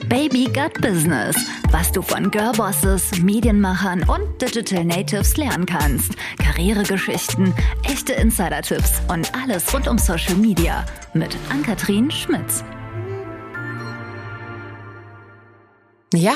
Baby Got Business, was du von Girlbosses, Medienmachern und Digital Natives lernen kannst. Karrieregeschichten, echte Insider-Tipps und alles rund um Social Media mit Ann-Kathrin Schmitz. Ja,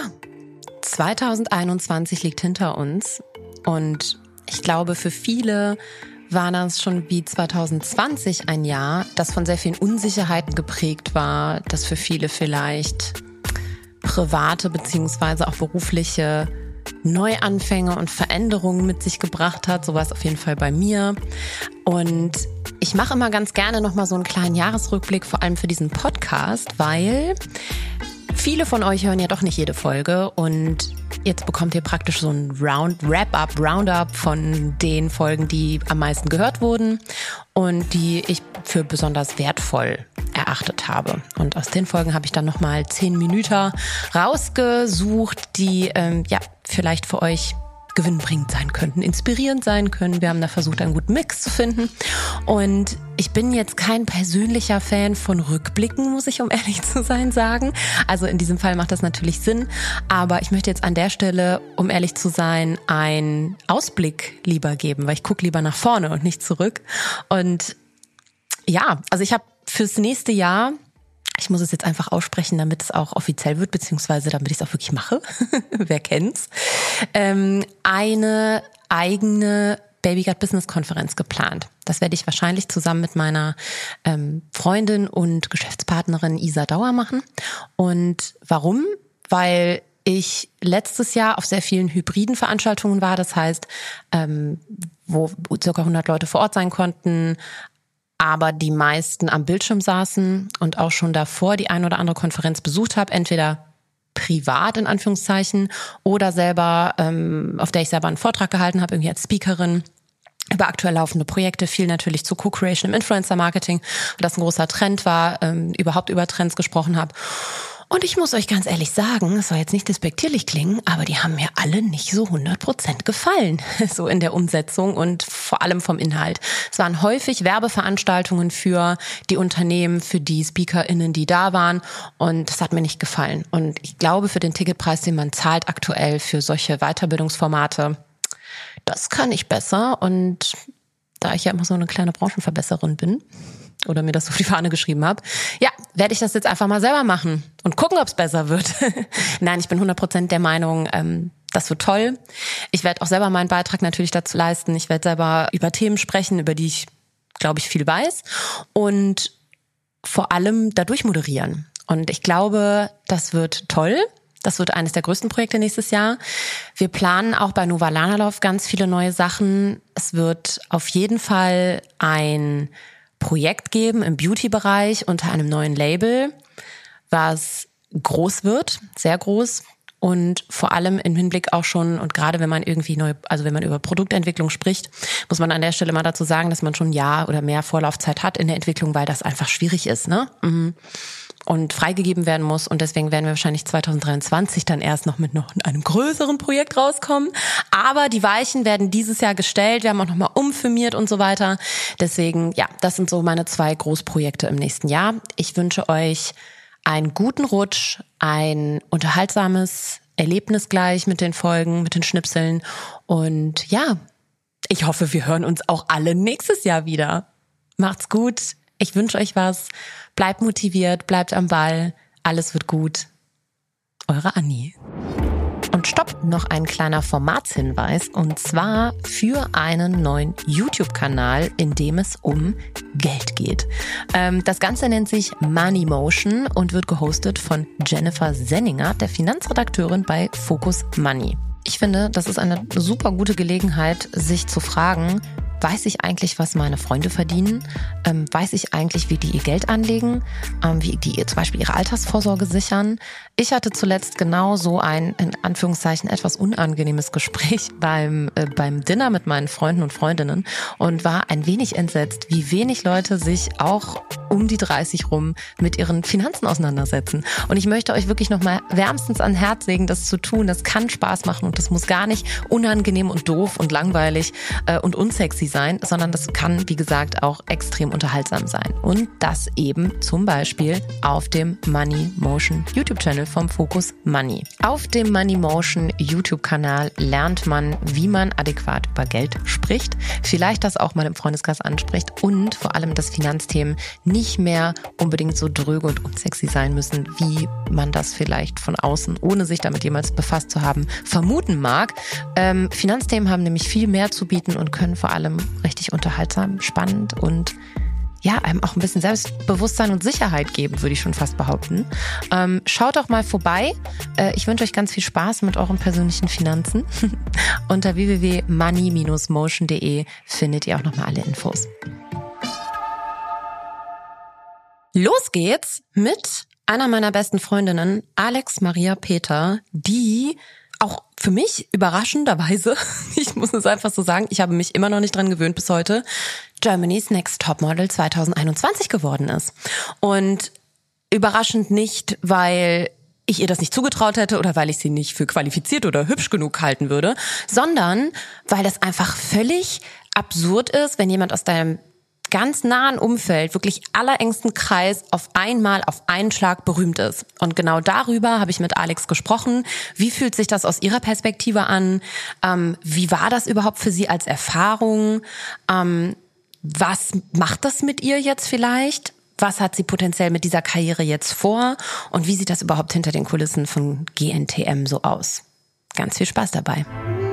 2021 liegt hinter uns und ich glaube, für viele war das schon wie 2020 ein Jahr, das von sehr vielen Unsicherheiten geprägt war, das für viele vielleicht private beziehungsweise auch berufliche Neuanfänge und Veränderungen mit sich gebracht hat. So war es auf jeden Fall bei mir. Und ich mache immer ganz gerne nochmal so einen kleinen Jahresrückblick, vor allem für diesen Podcast, weil viele von euch hören ja doch nicht jede Folge und jetzt bekommt ihr praktisch so ein Roundup von den Folgen, die am meisten gehört wurden und die ich für besonders wertvoll erachtet habe. Und aus den Folgen habe ich dann nochmal 10 Minuten rausgesucht, die vielleicht für euch gewinnbringend sein könnten, inspirierend sein können. Wir haben da versucht, einen guten Mix zu finden. Und ich bin jetzt kein persönlicher Fan von Rückblicken, muss ich, um ehrlich zu sein, sagen. Also in diesem Fall macht das natürlich Sinn. Aber ich möchte jetzt an der Stelle, um ehrlich zu sein, einen Ausblick lieber geben, weil ich gucke lieber nach vorne und nicht zurück. Und ja, also ich habe fürs nächste Jahr, ich muss es jetzt einfach aussprechen, damit es auch offiziell wird, beziehungsweise damit ich es auch wirklich mache. Wer kennt's? Eine eigene Baby Got Business Konferenz geplant. Das werde ich wahrscheinlich zusammen mit meiner Freundin und Geschäftspartnerin Isa Dauer machen. Und warum? Weil ich letztes Jahr auf sehr vielen hybriden Veranstaltungen war. Das heißt, wo circa 100 Leute vor Ort sein konnten, aber die meisten am Bildschirm saßen und auch schon davor die ein oder andere Konferenz besucht habe, entweder privat in Anführungszeichen oder selber, auf der ich selber einen Vortrag gehalten habe, irgendwie als Speakerin über aktuell laufende Projekte, viel natürlich zu Co-Creation im Influencer-Marketing, das ein großer Trend war, überhaupt über Trends gesprochen habe. Und ich muss euch ganz ehrlich sagen, es soll jetzt nicht despektierlich klingen, aber die haben mir alle nicht so 100% gefallen, so in der Umsetzung und vor allem vom Inhalt. Es waren häufig Werbeveranstaltungen für die Unternehmen, für die SpeakerInnen, die da waren, und das hat mir nicht gefallen. Und ich glaube, für den Ticketpreis, den man zahlt aktuell für solche Weiterbildungsformate, das kann ich besser. Und da ich ja immer so eine kleine Branchenverbesserin bin, oder mir das auf die Fahne geschrieben habe, ja, werde ich das jetzt einfach mal selber machen und gucken, ob es besser wird. Nein, ich bin 100% der Meinung, das wird toll. Ich werde auch selber meinen Beitrag natürlich dazu leisten. Ich werde selber über Themen sprechen, über die ich, glaube ich, viel weiß und vor allem dadurch moderieren. Und ich glaube, das wird toll. Das wird eines der größten Projekte nächstes Jahr. Wir planen auch bei Nova Lanalov ganz viele neue Sachen. Es wird auf jeden Fall ein Projekt geben im Beauty-Bereich unter einem neuen Label, was groß wird, sehr groß, und vor allem im Hinblick auch schon, und gerade wenn man irgendwie wenn man über Produktentwicklung spricht, muss man an der Stelle mal dazu sagen, dass man schon ein Jahr oder mehr Vorlaufzeit hat in der Entwicklung, weil das einfach schwierig ist, ne? Und freigegeben werden muss. Und deswegen werden wir wahrscheinlich 2023 dann erst noch einem größeren Projekt rauskommen. Aber die Weichen werden dieses Jahr gestellt. Wir haben auch nochmal umfirmiert und so weiter. Deswegen, ja, das sind so meine 2 Großprojekte im nächsten Jahr. Ich wünsche euch einen guten Rutsch, ein unterhaltsames Erlebnis gleich mit den Folgen, mit den Schnipseln. Und ja, ich hoffe, wir hören uns auch alle nächstes Jahr wieder. Macht's gut. Ich wünsche euch was. Bleibt motiviert, bleibt am Ball. Alles wird gut. Eure Anni. Und stopp, noch ein kleiner Formatshinweis, und zwar für einen neuen YouTube-Kanal, in dem es um Geld geht. Das Ganze nennt sich Money Motion und wird gehostet von Jennifer Senninger, der Finanzredakteurin bei Focus Money. Ich finde, das ist eine super gute Gelegenheit, sich zu fragen, weiß ich eigentlich, was meine Freunde verdienen? Weiß ich eigentlich, wie die ihr Geld anlegen? Wie die zum Beispiel ihre Altersvorsorge sichern? Ich hatte zuletzt genau so ein, in Anführungszeichen, etwas unangenehmes Gespräch beim Dinner mit meinen Freunden und Freundinnen und war ein wenig entsetzt, wie wenig Leute sich auch um die 30 rum mit ihren Finanzen auseinandersetzen. Und ich möchte euch wirklich nochmal wärmstens ans Herz legen, das zu tun. Das kann Spaß machen und das muss gar nicht unangenehm und doof und langweilig und unsexy sein, sondern das kann, wie gesagt, auch extrem unterhaltsam sein. Und das eben zum Beispiel auf dem Money Motion YouTube-Channel vom Focus Money. Auf dem Money Motion YouTube-Kanal lernt man, wie man adäquat über Geld spricht, vielleicht das auch mal im Freundeskreis anspricht und vor allem, dass Finanzthemen nicht mehr unbedingt so dröge und unsexy sein müssen, wie man das vielleicht von außen, ohne sich damit jemals befasst zu haben, vermuten mag. Finanzthemen haben nämlich viel mehr zu bieten und können vor allem richtig unterhaltsam, spannend und ja, einem auch ein bisschen Selbstbewusstsein und Sicherheit geben, würde ich schon fast behaupten. Schaut doch mal vorbei. Ich wünsche euch ganz viel Spaß mit euren persönlichen Finanzen. Unter www.money-motion.de findet ihr auch nochmal alle Infos. Los geht's mit einer meiner besten Freundinnen, Alex Maria Peter, die auch für mich überraschenderweise, ich muss es einfach so sagen, ich habe mich immer noch nicht dran gewöhnt bis heute, Germany's Next Topmodel 2021 geworden ist. Und überraschend nicht, weil ich ihr das nicht zugetraut hätte oder weil ich sie nicht für qualifiziert oder hübsch genug halten würde, sondern weil das einfach völlig absurd ist, wenn jemand aus deinem ganz nahen Umfeld, wirklich allerengsten Kreis auf einmal auf einen Schlag berühmt ist. Und genau darüber habe ich mit Alex gesprochen. Wie fühlt sich das aus ihrer Perspektive an? Wie war das überhaupt für sie als Erfahrung? Was macht das mit ihr jetzt vielleicht? Was hat sie potenziell mit dieser Karriere jetzt vor? Und wie sieht das überhaupt hinter den Kulissen von GNTM so aus? Ganz viel Spaß dabei.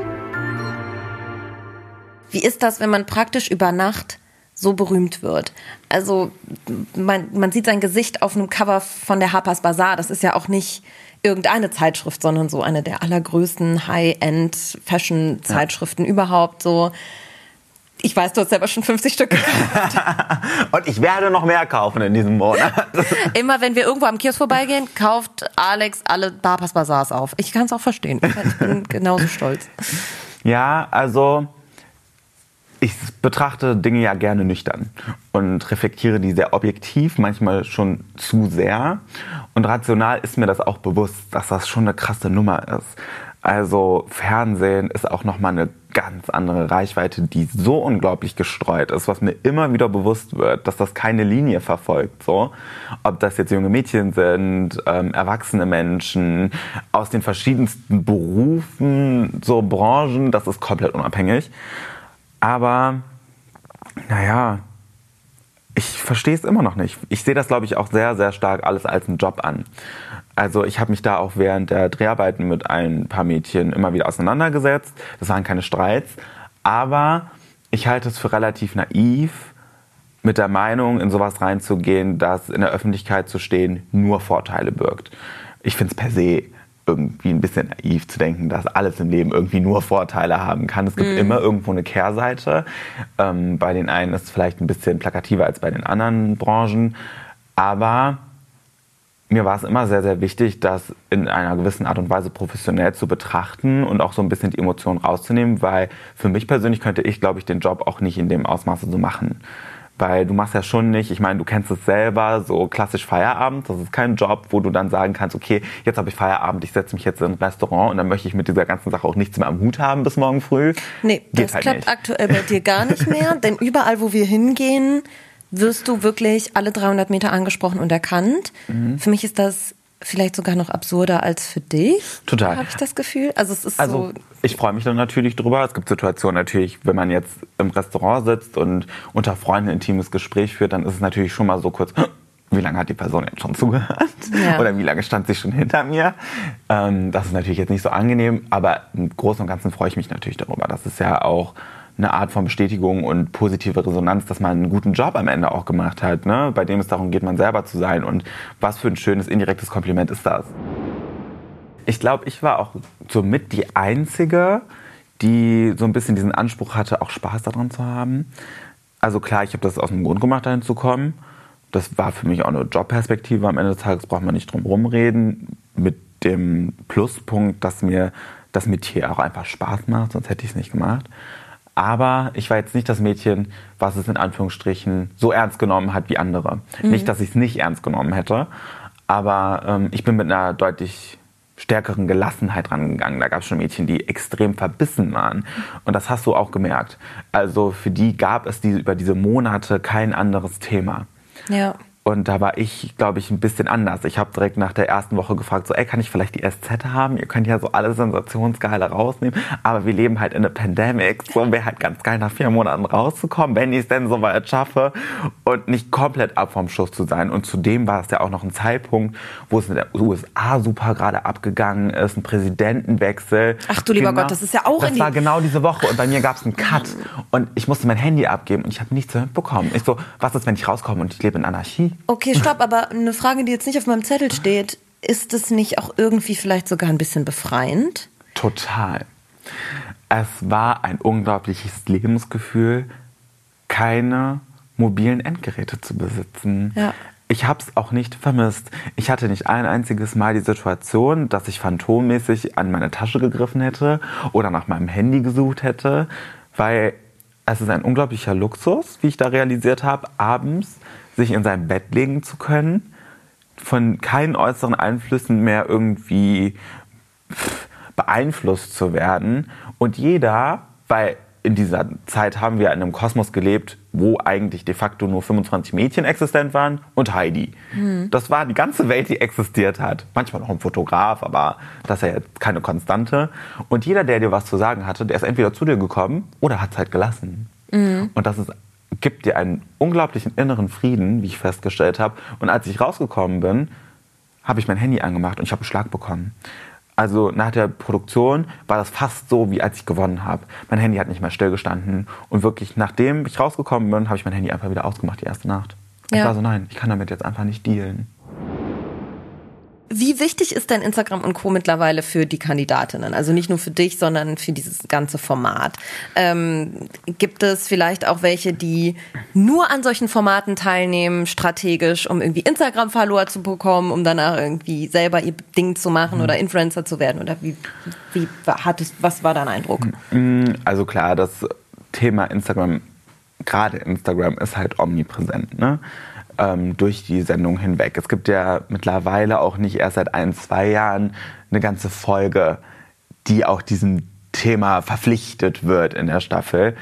Wie ist das, wenn man praktisch über Nacht so berühmt wird? Also man sieht sein Gesicht auf einem Cover von der Harper's Bazaar. Das ist ja auch nicht irgendeine Zeitschrift, sondern so eine der allergrößten High-End-Fashion-Zeitschriften überhaupt. So, ich weiß, du hast selber schon 50 Stück gekauft. Und ich werde noch mehr kaufen in diesem Monat. Immer wenn wir irgendwo am Kiosk vorbeigehen, kauft Alex alle Harper's Bazaars auf. Ich kann es auch verstehen. Ich bin genauso stolz. Ja, also ich betrachte Dinge ja gerne nüchtern und reflektiere die sehr objektiv, manchmal schon zu sehr. Und rational ist mir das auch bewusst, dass das schon eine krasse Nummer ist. Also Fernsehen ist auch nochmal eine ganz andere Reichweite, die so unglaublich gestreut ist, was mir immer wieder bewusst wird, dass das keine Linie verfolgt. So, ob das jetzt junge Mädchen sind, erwachsene Menschen aus den verschiedensten Berufen, so Branchen, das ist komplett unabhängig. Aber, naja, ich verstehe es immer noch nicht. Ich sehe das, glaube ich, auch sehr, sehr stark alles als einen Job an. Also ich habe mich da auch während der Dreharbeiten mit ein paar Mädchen immer wieder auseinandergesetzt. Das waren keine Streits. Aber ich halte es für relativ naiv, mit der Meinung, in sowas reinzugehen, dass in der Öffentlichkeit zu stehen nur Vorteile birgt. Ich finde es per se irgendwie ein bisschen naiv zu denken, dass alles im Leben irgendwie nur Vorteile haben kann. Es gibt immer irgendwo eine Kehrseite. Bei den einen ist es vielleicht ein bisschen plakativer als bei den anderen Branchen. Aber mir war es immer sehr, sehr wichtig, das in einer gewissen Art und Weise professionell zu betrachten und auch so ein bisschen die Emotionen rauszunehmen, weil für mich persönlich könnte ich, glaube ich, den Job auch nicht in dem Ausmaße so machen. Weil du machst ja schon nicht, ich meine, du kennst es selber, so klassisch Feierabend, das ist kein Job, wo du dann sagen kannst, okay, jetzt habe ich Feierabend, ich setze mich jetzt in ein Restaurant und dann möchte ich mit dieser ganzen Sache auch nichts mehr am Hut haben bis morgen früh. Nee, das halt klappt nicht. Aktuell bei dir gar nicht mehr, denn überall, wo wir hingehen, wirst du wirklich alle 300 Meter angesprochen und erkannt. Für mich ist das vielleicht sogar noch absurder als für dich. Total. Habe ich das Gefühl. Also es ist so. Ich freue mich dann natürlich drüber. Es gibt Situationen natürlich, wenn man jetzt im Restaurant sitzt und unter Freunden ein intimes Gespräch führt, dann ist es natürlich schon mal so kurz, wie lange hat die Person jetzt schon zugehört? Ja. Oder wie lange stand sie schon hinter mir? Das ist natürlich jetzt nicht so angenehm, aber im Großen und Ganzen freue ich mich natürlich darüber. Das ist ja auch eine Art von Bestätigung und positive Resonanz, dass man einen guten Job am Ende auch gemacht hat, ne? Bei dem es darum geht, man selber zu sein. Und was für ein schönes indirektes Kompliment ist das? Ich glaube, ich war auch somit die Einzige, die so ein bisschen diesen Anspruch hatte, auch Spaß daran zu haben. Also klar, ich habe das aus dem Grund gemacht, dahin zu kommen. Das war für mich auch eine Jobperspektive. Am Ende des Tages braucht man nicht drum rumreden. Mit dem Pluspunkt, dass mir das Metier auch einfach Spaß macht, sonst hätte ich es nicht gemacht. Aber ich war jetzt nicht das Mädchen, was es in Anführungsstrichen so ernst genommen hat wie andere. Nicht, dass ich es nicht ernst genommen hätte, aber ich bin mit einer deutlich stärkeren Gelassenheit rangegangen. Da gab es schon Mädchen, die extrem verbissen waren. Und das hast du auch gemerkt. Also für die gab es über diese Monate kein anderes Thema. Ja. Und da war ich, glaube ich, ein bisschen anders. Ich habe direkt nach der ersten Woche gefragt, so, kann ich vielleicht die SZ haben? Ihr könnt ja so alle Sensationsgeile rausnehmen. Aber wir leben halt in einer Pandemic. So wäre halt ganz geil, nach 4 Monaten rauszukommen, wenn ich es denn so weit schaffe. Und nicht komplett ab vom Schuss zu sein. Und zudem war es ja auch noch ein Zeitpunkt, wo es in den USA super gerade abgegangen ist. Ein Präsidentenwechsel. Ach du lieber Gott, das ist ja auch Das war genau diese Woche. Und bei mir gab es einen Cut. Und ich musste mein Handy abgeben. Und ich habe nichts mitbekommen. Ich so, was ist, wenn ich rauskomme und ich lebe in Anarchie? Okay, stopp, aber eine Frage, die jetzt nicht auf meinem Zettel steht, ist es nicht auch irgendwie vielleicht sogar ein bisschen befreiend? Total. Es war ein unglaubliches Lebensgefühl, keine mobilen Endgeräte zu besitzen. Ja. Ich habe es auch nicht vermisst. Ich hatte nicht ein einziges Mal die Situation, dass ich phantommäßig an meine Tasche gegriffen hätte oder nach meinem Handy gesucht hätte, weil es ist ein unglaublicher Luxus, wie ich da realisiert habe, abends sich in sein Bett legen zu können, von keinen äußeren Einflüssen mehr irgendwie beeinflusst zu werden. Und jeder, weil in dieser Zeit haben wir in einem Kosmos gelebt, wo eigentlich de facto nur 25 Mädchen existent waren und Heidi. Das war die ganze Welt, die existiert hat. Manchmal noch ein Fotograf, aber das ist ja jetzt keine Konstante. Und jeder, der dir was zu sagen hatte, der ist entweder zu dir gekommen oder hat es halt gelassen. Und das gibt dir einen unglaublichen inneren Frieden, wie ich festgestellt habe. Und als ich rausgekommen bin, habe ich mein Handy angemacht und ich habe einen Schlag bekommen. Also nach der Produktion war das fast so, wie als ich gewonnen habe. Mein Handy hat nicht mehr stillgestanden. Und wirklich, nachdem ich rausgekommen bin, habe ich mein Handy einfach wieder ausgemacht, die erste Nacht. Ja. Ich war so, nein, ich kann damit jetzt einfach nicht dealen. Wie wichtig ist denn Instagram und Co. mittlerweile für die Kandidatinnen? Also nicht nur für dich, sondern für dieses ganze Format. Gibt es vielleicht auch welche, die nur an solchen Formaten teilnehmen, strategisch, um irgendwie Instagram-Follower zu bekommen, um danach irgendwie selber ihr Ding zu machen oder Influencer zu werden? Oder was war dein Eindruck? Also klar, das Thema Instagram, gerade Instagram, ist halt omnipräsent, ne? Durch die Sendung hinweg. Es gibt ja mittlerweile auch nicht erst seit 1-2 Jahren eine ganze Folge, die auch diesem Thema verpflichtet wird in der Staffel.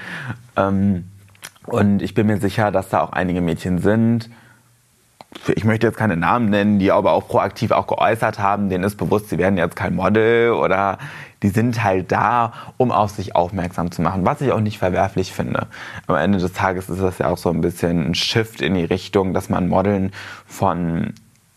Und ich bin mir sicher, dass da auch einige Mädchen sind, ich möchte jetzt keine Namen nennen, die aber auch proaktiv auch geäußert haben, denen ist bewusst, sie werden jetzt kein Model oder die sind halt da, um auf sich aufmerksam zu machen, was ich auch nicht verwerflich finde. Am Ende des Tages ist das ja auch so ein bisschen ein Shift in die Richtung, dass man Modeln von,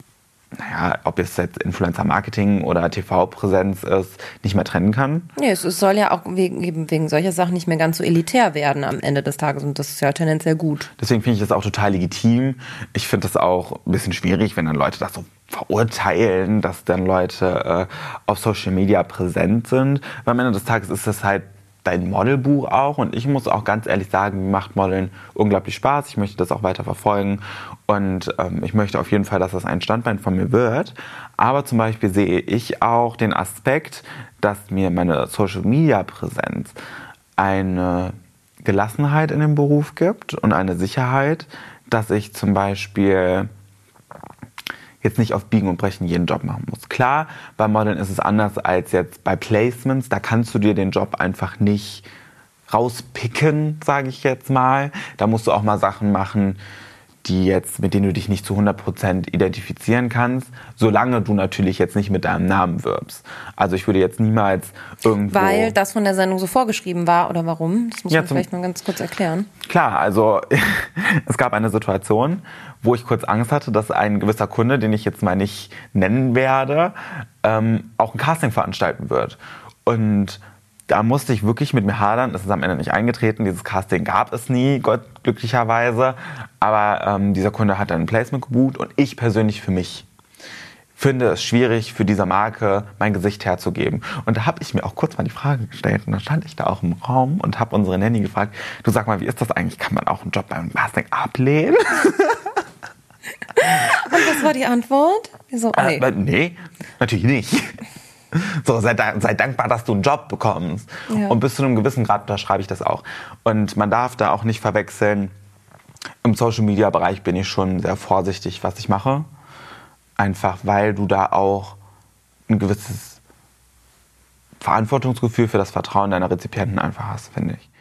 ob es jetzt Influencer-Marketing oder TV-Präsenz ist, nicht mehr trennen kann. Nee, es soll ja auch wegen solcher Sachen nicht mehr ganz so elitär werden am Ende des Tages und das ist ja tendenziell gut. Deswegen finde ich das auch total legitim. Ich finde das auch ein bisschen schwierig, wenn dann Leute das so verurteilen, dass dann Leute auf Social Media präsent sind. Weil am Ende des Tages ist das halt dein Modelbuch auch und ich muss auch ganz ehrlich sagen, mir macht Modeln unglaublich Spaß. Ich möchte das auch weiter verfolgen und ich möchte auf jeden Fall, dass das ein Standbein von mir wird. Aber zum Beispiel sehe ich auch den Aspekt, dass mir meine Social-Media-Präsenz eine Gelassenheit in dem Beruf gibt und eine Sicherheit, dass ich zum Beispiel jetzt nicht auf Biegen und Brechen jeden Job machen muss. Klar, bei Modeln ist es anders als jetzt bei Placements. Da kannst du dir den Job einfach nicht rauspicken, sage ich jetzt mal. Da musst du auch mal Sachen machen, mit denen du dich nicht zu 100% identifizieren kannst, solange du natürlich jetzt nicht mit deinem Namen wirbst. Also ich würde jetzt niemals irgendwo... Weil das von der Sendung so vorgeschrieben war, oder warum? Das muss man vielleicht mal ganz kurz erklären. Klar, also es gab eine Situation, wo ich kurz Angst hatte, dass ein gewisser Kunde, den ich jetzt mal nicht nennen werde, auch ein Casting veranstalten wird. Und da musste ich wirklich mit mir hadern. Es ist am Ende nicht eingetreten. Dieses Casting gab es nie, glücklicherweise. Aber dieser Kunde hat dann ein Placement gebucht und ich persönlich für mich finde es schwierig, für diese Marke mein Gesicht herzugeben. Und da habe ich mir auch kurz mal die Frage gestellt und dann stand ich da auch im Raum und habe unsere Nanny gefragt, du sag mal, wie ist das eigentlich? Kann man auch einen Job beim Casting ablehnen? Und was war die Antwort? So, nee, natürlich nicht. So, sei dankbar, dass du einen Job bekommst. Ja. Und bis zu einem gewissen Grad unterschreibe ich das auch. Und man darf da auch nicht verwechseln. Im Social-Media-Bereich bin ich schon sehr vorsichtig, was ich mache. Einfach, weil du da auch ein gewisses Verantwortungsgefühl für das Vertrauen deiner Rezipienten einfach hast, finde ich.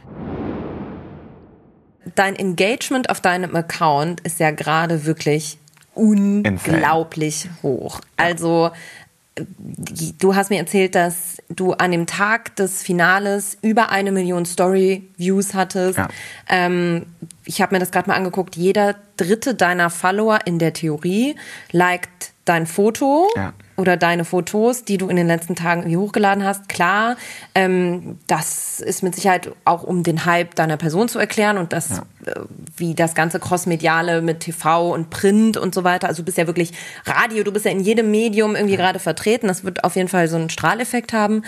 Dein Engagement auf deinem Account ist ja gerade wirklich unglaublich hoch. Also du hast mir erzählt, dass du an dem Tag des Finales über 1 Million Story-Views hattest. Ja. Ich habe mir das gerade mal angeguckt. Jeder 3. deiner Follower in der Theorie liked dein Foto oder deine Fotos, die du in den letzten Tagen irgendwie hochgeladen hast. Klar, das ist mit Sicherheit auch, um den Hype deiner Person zu erklären und das, wie das ganze Crossmediale mit TV und Print und so weiter. Also du bist ja wirklich Radio, du bist ja in jedem Medium irgendwie gerade vertreten. Das wird auf jeden Fall so einen Strahleffekt haben.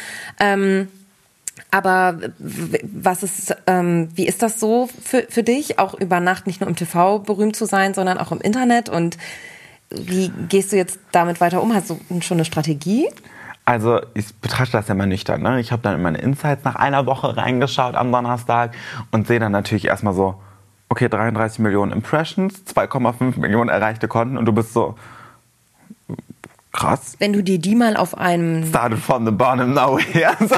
Aber wie ist das so für dich, auch über Nacht nicht nur im TV berühmt zu sein, sondern auch im Internet? Und wie gehst du jetzt damit weiter um? Hast du schon eine Strategie? Also ich betrachte das ja mal nüchtern. Ne? Ich habe dann in meine Insights nach einer Woche reingeschaut am Donnerstag und sehe dann natürlich erstmal so, okay, 33 Millionen Impressions, 2,5 Millionen erreichte Konten und du bist so, krass. Wenn du dir die mal auf einem... Started from the bottom, now here. So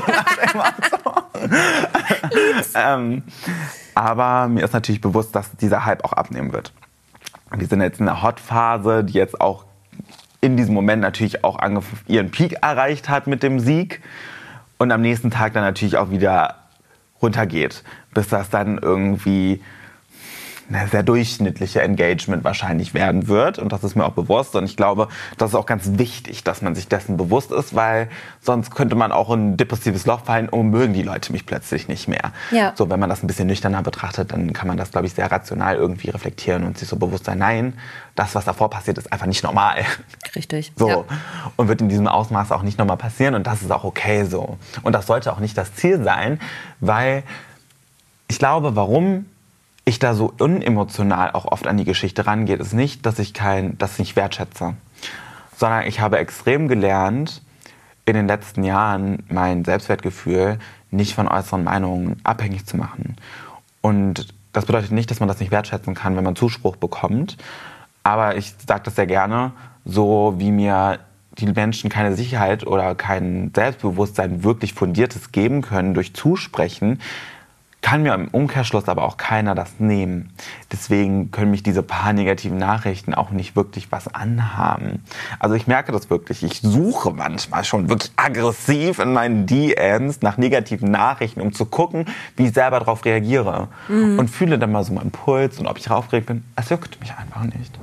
aber mir ist natürlich bewusst, dass dieser Hype auch abnehmen wird. Wir sind jetzt in einer Hot-Phase, die jetzt auch in diesem Moment natürlich auch ihren Peak erreicht hat mit dem Sieg und am nächsten Tag dann natürlich auch wieder runtergeht, bis das dann irgendwie eine sehr durchschnittliche Engagement wahrscheinlich werden wird und das ist mir auch bewusst und ich glaube, das ist auch ganz wichtig, dass man sich dessen bewusst ist, weil sonst könnte man auch in ein depressives Loch fallen, oh, mögen die Leute mich plötzlich nicht mehr. Ja. So, wenn man das ein bisschen nüchterner betrachtet, dann kann man das, glaube ich, sehr rational irgendwie reflektieren und sich so bewusst sein, nein, das, was davor passiert, ist einfach nicht normal. Richtig. So. Ja. Und wird in diesem Ausmaß auch nicht nochmal passieren und das ist auch okay so. Und das sollte auch nicht das Ziel sein, weil ich glaube, warum ich da so unemotional auch oft an die Geschichte rangehe, ist nicht, dass ich das nicht wertschätze, sondern ich habe extrem gelernt, in den letzten Jahren mein Selbstwertgefühl nicht von äußeren Meinungen abhängig zu machen. Und das bedeutet nicht, dass man das nicht wertschätzen kann, wenn man Zuspruch bekommt. Aber ich sage das sehr gerne, so wie mir die Menschen keine Sicherheit oder kein Selbstbewusstsein wirklich fundiertes geben können durch Zusprechen, kann mir im Umkehrschluss aber auch keiner das nehmen. Deswegen können mich diese paar negativen Nachrichten auch nicht wirklich was anhaben. Also ich merke das wirklich. Ich suche manchmal schon wirklich aggressiv in meinen DMs nach negativen Nachrichten, um zu gucken, wie ich selber darauf reagiere. Und fühle dann mal so meinen Puls und ob ich aufgeregt bin. Es juckt mich einfach nicht.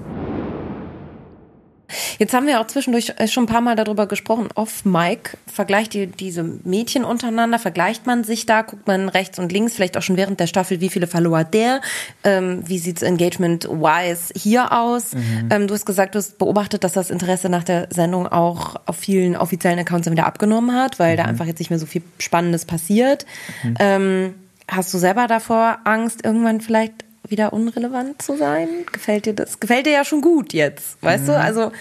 Jetzt haben wir auch zwischendurch schon ein paar Mal darüber gesprochen, off-Mic. Vergleicht ihr diese Mädchen untereinander? Vergleicht man sich da? Guckt man rechts und links, vielleicht auch schon während der Staffel, wie viele Follower hat der? Wie sieht's engagement-wise hier aus? Du hast gesagt, du hast beobachtet, dass das Interesse nach der Sendung auch auf vielen offiziellen Accounts wieder abgenommen hat, weil da einfach jetzt nicht mehr so viel Spannendes passiert. Hast du selber davor Angst, irgendwann vielleicht wieder unrelevant zu sein? Gefällt dir das? Gefällt dir ja schon gut jetzt, weißt du? Also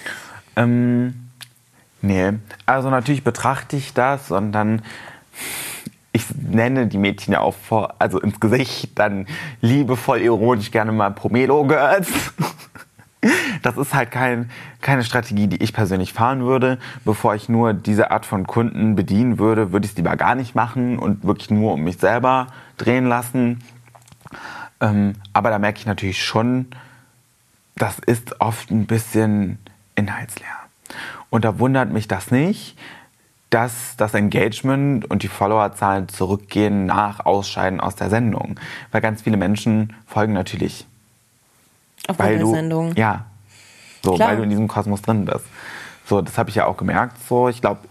nee, also natürlich betrachte ich das und dann, ich nenne die Mädchen ja auch ins Gesicht dann liebevoll ironisch gerne mal Pomelo-Girls. Das ist halt keine Strategie, die ich persönlich fahren würde. Bevor ich nur diese Art von Kunden bedienen würde, würde ich es lieber gar nicht machen und wirklich nur um mich selber drehen lassen. Aber da merke ich natürlich schon, das ist oft ein bisschen inhaltsleer. Und da wundert mich das nicht, dass das Engagement und die Followerzahlen zurückgehen nach Ausscheiden aus der Sendung. Weil ganz viele Menschen folgen natürlich. Aufgrund der Sendung. Ja, so, weil du in diesem Kosmos drin bist. So, das habe ich ja auch gemerkt. So, ich glaube,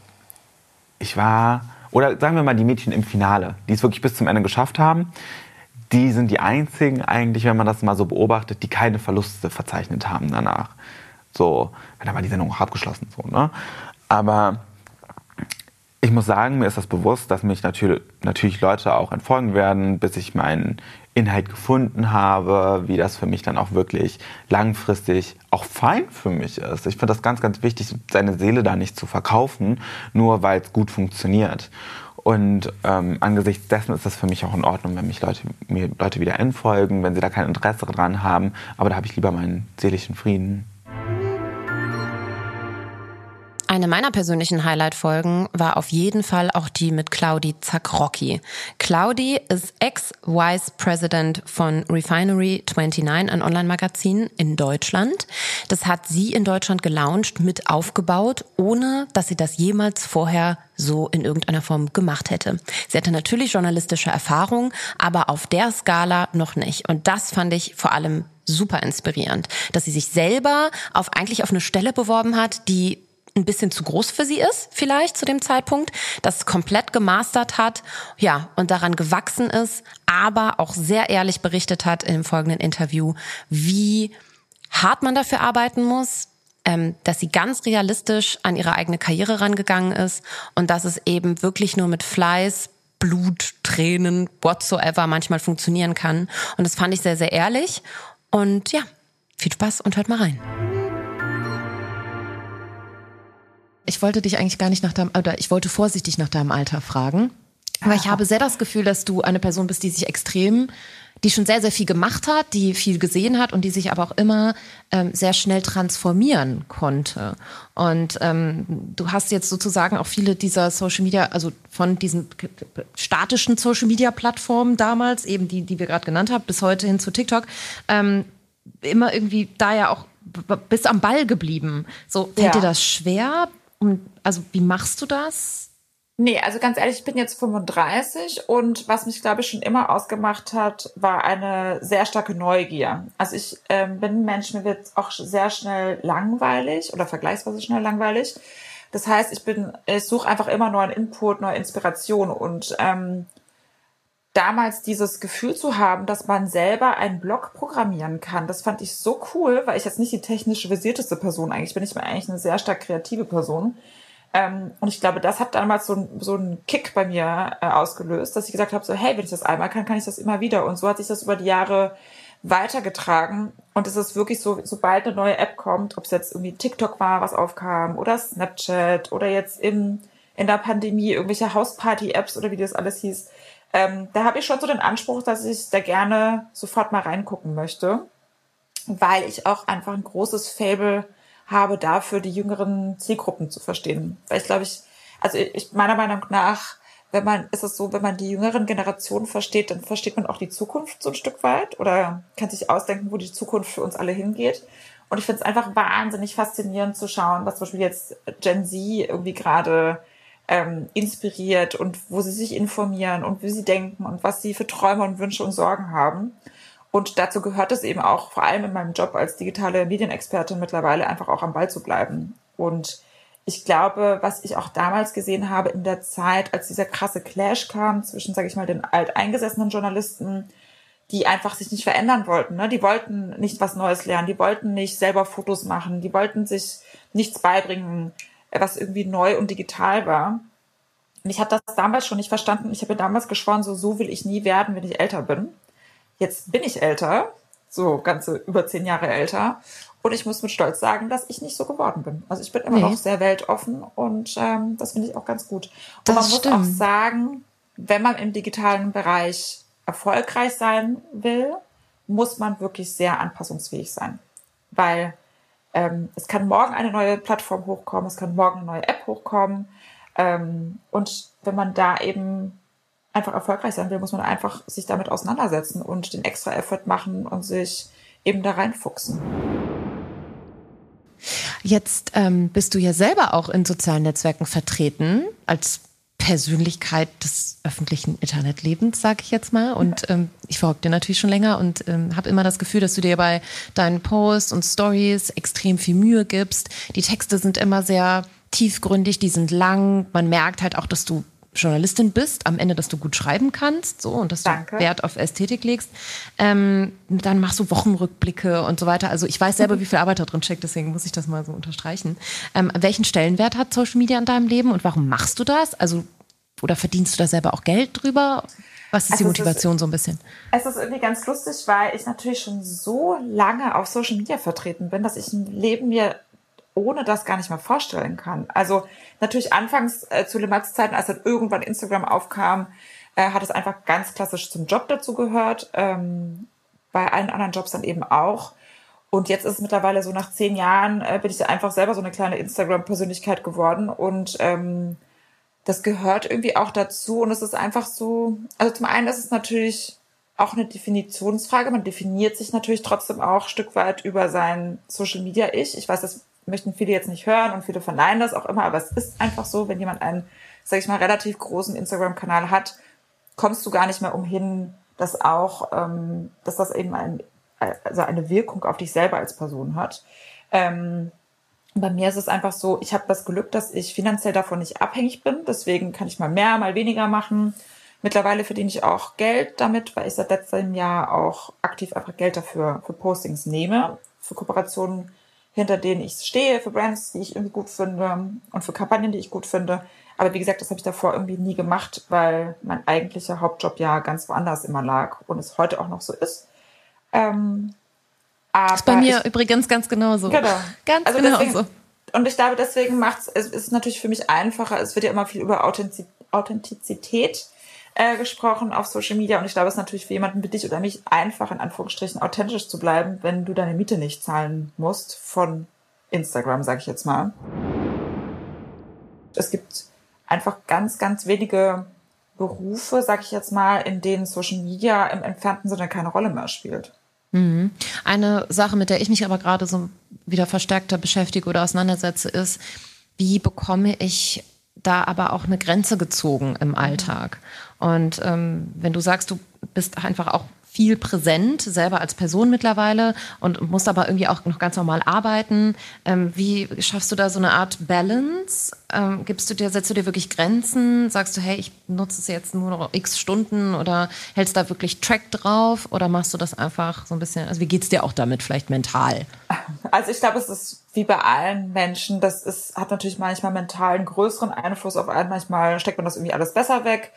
oder sagen wir mal die Mädchen im Finale, die es wirklich bis zum Ende geschafft haben, die sind die einzigen eigentlich, wenn man das mal so beobachtet, die keine Verluste verzeichnet haben danach. So, dann war die Sendung auch abgeschlossen. So, ne? Aber ich muss sagen, mir ist das bewusst, dass mich natürlich Leute auch entfolgen werden, bis ich meinen Inhalt gefunden habe, wie das für mich dann auch wirklich langfristig auch fein für mich ist. Ich finde das ganz, ganz wichtig, seine Seele da nicht zu verkaufen, nur weil es gut funktioniert. Und angesichts dessen ist das für mich auch in Ordnung, wenn mir Leute wieder entfolgen, wenn sie da kein Interesse dran haben. Aber da habe ich lieber meinen seelischen Frieden. Eine meiner persönlichen Highlight-Folgen war auf jeden Fall auch die mit Claudi Zakrocki. Claudi ist Ex-Vice President von Refinery29, ein Online-Magazin in Deutschland. Das hat sie in Deutschland gelauncht, mit aufgebaut, ohne dass sie das jemals vorher so in irgendeiner Form gemacht hätte. Sie hatte natürlich journalistische Erfahrung, aber auf der Skala noch nicht. Und das fand ich vor allem super inspirierend, dass sie sich selber eigentlich auf eine Stelle beworben hat, die ein bisschen zu groß für sie ist, vielleicht zu dem Zeitpunkt, das komplett gemastert hat, ja, und daran gewachsen ist, aber auch sehr ehrlich berichtet hat in dem folgenden Interview, wie hart man dafür arbeiten muss, dass sie ganz realistisch an ihre eigene Karriere rangegangen ist und dass es eben wirklich nur mit Fleiß, Blut, Tränen, whatsoever manchmal funktionieren kann. Und das fand ich sehr, sehr ehrlich. Und ja, viel Spaß und hört mal rein. Ich wollte dich eigentlich gar nicht ich wollte vorsichtig nach deinem Alter fragen. Aber ich habe sehr das Gefühl, dass du eine Person bist, die schon sehr, sehr viel gemacht hat, die viel gesehen hat und die sich aber auch immer sehr schnell transformieren konnte. Und du hast jetzt sozusagen auch viele dieser Social Media, also von diesen statischen Social Media Plattformen damals, eben die wir gerade genannt haben, bis heute hin zu TikTok, immer irgendwie da ja auch bist am Ball geblieben. So, fällt dir das schwer? Also wie machst du das? Nee, also ganz ehrlich, ich bin jetzt 35 und was mich, glaube ich, schon immer ausgemacht hat, war eine sehr starke Neugier. Also ich bin ein Mensch, mir wird auch sehr schnell langweilig oder vergleichsweise schnell langweilig. Das heißt, ich suche einfach immer neuen Input, neue Inspiration und damals dieses Gefühl zu haben, dass man selber einen Blog programmieren kann, das fand ich so cool, weil ich jetzt nicht die technisch versierteste Person eigentlich bin. Ich bin eigentlich eine sehr stark kreative Person. Und ich glaube, das hat damals so einen Kick bei mir ausgelöst, dass ich gesagt habe, so hey, wenn ich das einmal kann ich das immer wieder. Und so hat sich das über die Jahre weitergetragen. Und es ist wirklich so, sobald eine neue App kommt, ob es jetzt irgendwie TikTok war, was aufkam, oder Snapchat, oder jetzt in der Pandemie irgendwelche Hausparty-Apps oder wie das alles hieß, da habe ich schon so den Anspruch, dass ich da gerne sofort mal reingucken möchte, weil ich auch einfach ein großes Faible habe dafür, die jüngeren Zielgruppen zu verstehen. Weil ich glaube, meiner Meinung nach, wenn man die jüngeren Generationen versteht, dann versteht man auch die Zukunft so ein Stück weit oder kann sich ausdenken, wo die Zukunft für uns alle hingeht. Und ich finde es einfach wahnsinnig faszinierend zu schauen, was zum Beispiel jetzt Gen Z irgendwie gerade inspiriert und wo sie sich informieren und wie sie denken und was sie für Träume und Wünsche und Sorgen haben. Und dazu gehört es eben auch, vor allem in meinem Job als digitale Medienexpertin mittlerweile, einfach auch am Ball zu bleiben. Und ich glaube, was ich auch damals gesehen habe in der Zeit, als dieser krasse Clash kam zwischen, sage ich mal, den alteingesessenen Journalisten, die einfach sich nicht verändern wollten, ne? Die wollten nicht was Neues lernen, die wollten nicht selber Fotos machen, die wollten sich nichts beibringen, was irgendwie neu und digital war. Und ich habe das damals schon nicht verstanden. Ich habe damals geschworen, so will ich nie werden, wenn ich älter bin. Jetzt bin ich älter, so ganze über 10 Jahre älter. Und ich muss mit Stolz sagen, dass ich nicht so geworden bin. Also ich bin immer noch sehr weltoffen und das finde ich auch ganz gut. Und man muss auch sagen, wenn man im digitalen Bereich erfolgreich sein will, muss man wirklich sehr anpassungsfähig sein. Weil es kann morgen eine neue Plattform hochkommen, es kann morgen eine neue App hochkommen. Und wenn man da eben einfach erfolgreich sein will, muss man einfach sich damit auseinandersetzen und den extra Effort machen und sich eben da reinfuchsen. Jetzt bist du ja selber auch in sozialen Netzwerken vertreten, als Persönlichkeit des öffentlichen Internetlebens, sage ich jetzt mal. Und ich folge dir natürlich schon länger und habe immer das Gefühl, dass du dir bei deinen Posts und Stories extrem viel Mühe gibst. Die Texte sind immer sehr tiefgründig, die sind lang. Man merkt halt auch, dass du Journalistin bist, am Ende, dass du gut schreiben kannst, so, und dass du Wert auf Ästhetik legst. Dann machst du Wochenrückblicke und so weiter. Also ich weiß selber, wie viel Arbeit da drin steckt, deswegen muss ich das mal so unterstreichen. Welchen Stellenwert hat Social Media in deinem Leben und warum machst du das? Also, oder verdienst du da selber auch Geld drüber? Was ist die Motivation so ein bisschen? Es ist irgendwie ganz lustig, weil ich natürlich schon so lange auf Social Media vertreten bin, dass ich ein Leben mir ohne das gar nicht mehr vorstellen kann. Also natürlich anfangs zu Lemats Zeiten, als dann irgendwann Instagram aufkam, hat es einfach ganz klassisch zum Job dazu gehört. Bei allen anderen Jobs dann eben auch. Und jetzt ist es mittlerweile so, nach 10 Jahren bin ich einfach selber so eine kleine Instagram-Persönlichkeit geworden. Und das gehört irgendwie auch dazu. Und es ist einfach so, also zum einen ist es natürlich auch eine Definitionsfrage. Man definiert sich natürlich trotzdem auch ein Stück weit über sein Social-Media-Ich. Ich weiß, das möchten viele jetzt nicht hören und viele verneinen das auch immer, aber es ist einfach so, wenn jemand einen, sag ich mal, relativ großen Instagram-Kanal hat, kommst du gar nicht mehr umhin, dass auch, dass das eben eine Wirkung auf dich selber als Person hat. Bei mir ist es einfach so, ich habe das Glück, dass ich finanziell davon nicht abhängig bin. Deswegen kann ich mal mehr, mal weniger machen. Mittlerweile verdiene ich auch Geld damit, weil ich seit letztem Jahr auch aktiv einfach Geld dafür für Postings nehme, für Kooperationen, hinter denen ich stehe, für Brands, die ich irgendwie gut finde und für Kampagnen, die ich gut finde. Aber wie gesagt, das habe ich davor irgendwie nie gemacht, weil mein eigentlicher Hauptjob ja ganz woanders immer lag und es heute auch noch so ist. Aber ist bei mir übrigens ganz genauso. Genau. Ganz also genauso. Deswegen, und ich glaube, deswegen es ist natürlich für mich einfacher. Es wird ja immer viel über Authentizität gesprochen auf Social Media. Und ich glaube, es ist natürlich für jemanden wie dich oder mich einfach, in Anführungsstrichen, authentisch zu bleiben, wenn du deine Miete nicht zahlen musst von Instagram, sage ich jetzt mal. Es gibt einfach ganz, ganz wenige Berufe, sage ich jetzt mal, in denen Social Media im entfernten Sinne keine Rolle mehr spielt. Mhm. Eine Sache, mit der ich mich aber gerade so wieder verstärkter beschäftige oder auseinandersetze, ist, wie bekomme ich da aber auch eine Grenze gezogen im Alltag? Und wenn du sagst, du bist einfach auch viel präsent, selber als Person mittlerweile und musst aber irgendwie auch noch ganz normal arbeiten. Wie schaffst du da so eine Art Balance? Setzt du dir wirklich Grenzen? Sagst du, hey, ich nutze es jetzt nur noch x Stunden oder hältst da wirklich Track drauf? Oder machst du das einfach so ein bisschen, also wie geht's dir auch damit, vielleicht mental? Also ich glaube, es ist wie bei allen Menschen, hat natürlich manchmal mental einen größeren Einfluss auf einen, manchmal steckt man das irgendwie alles besser weg.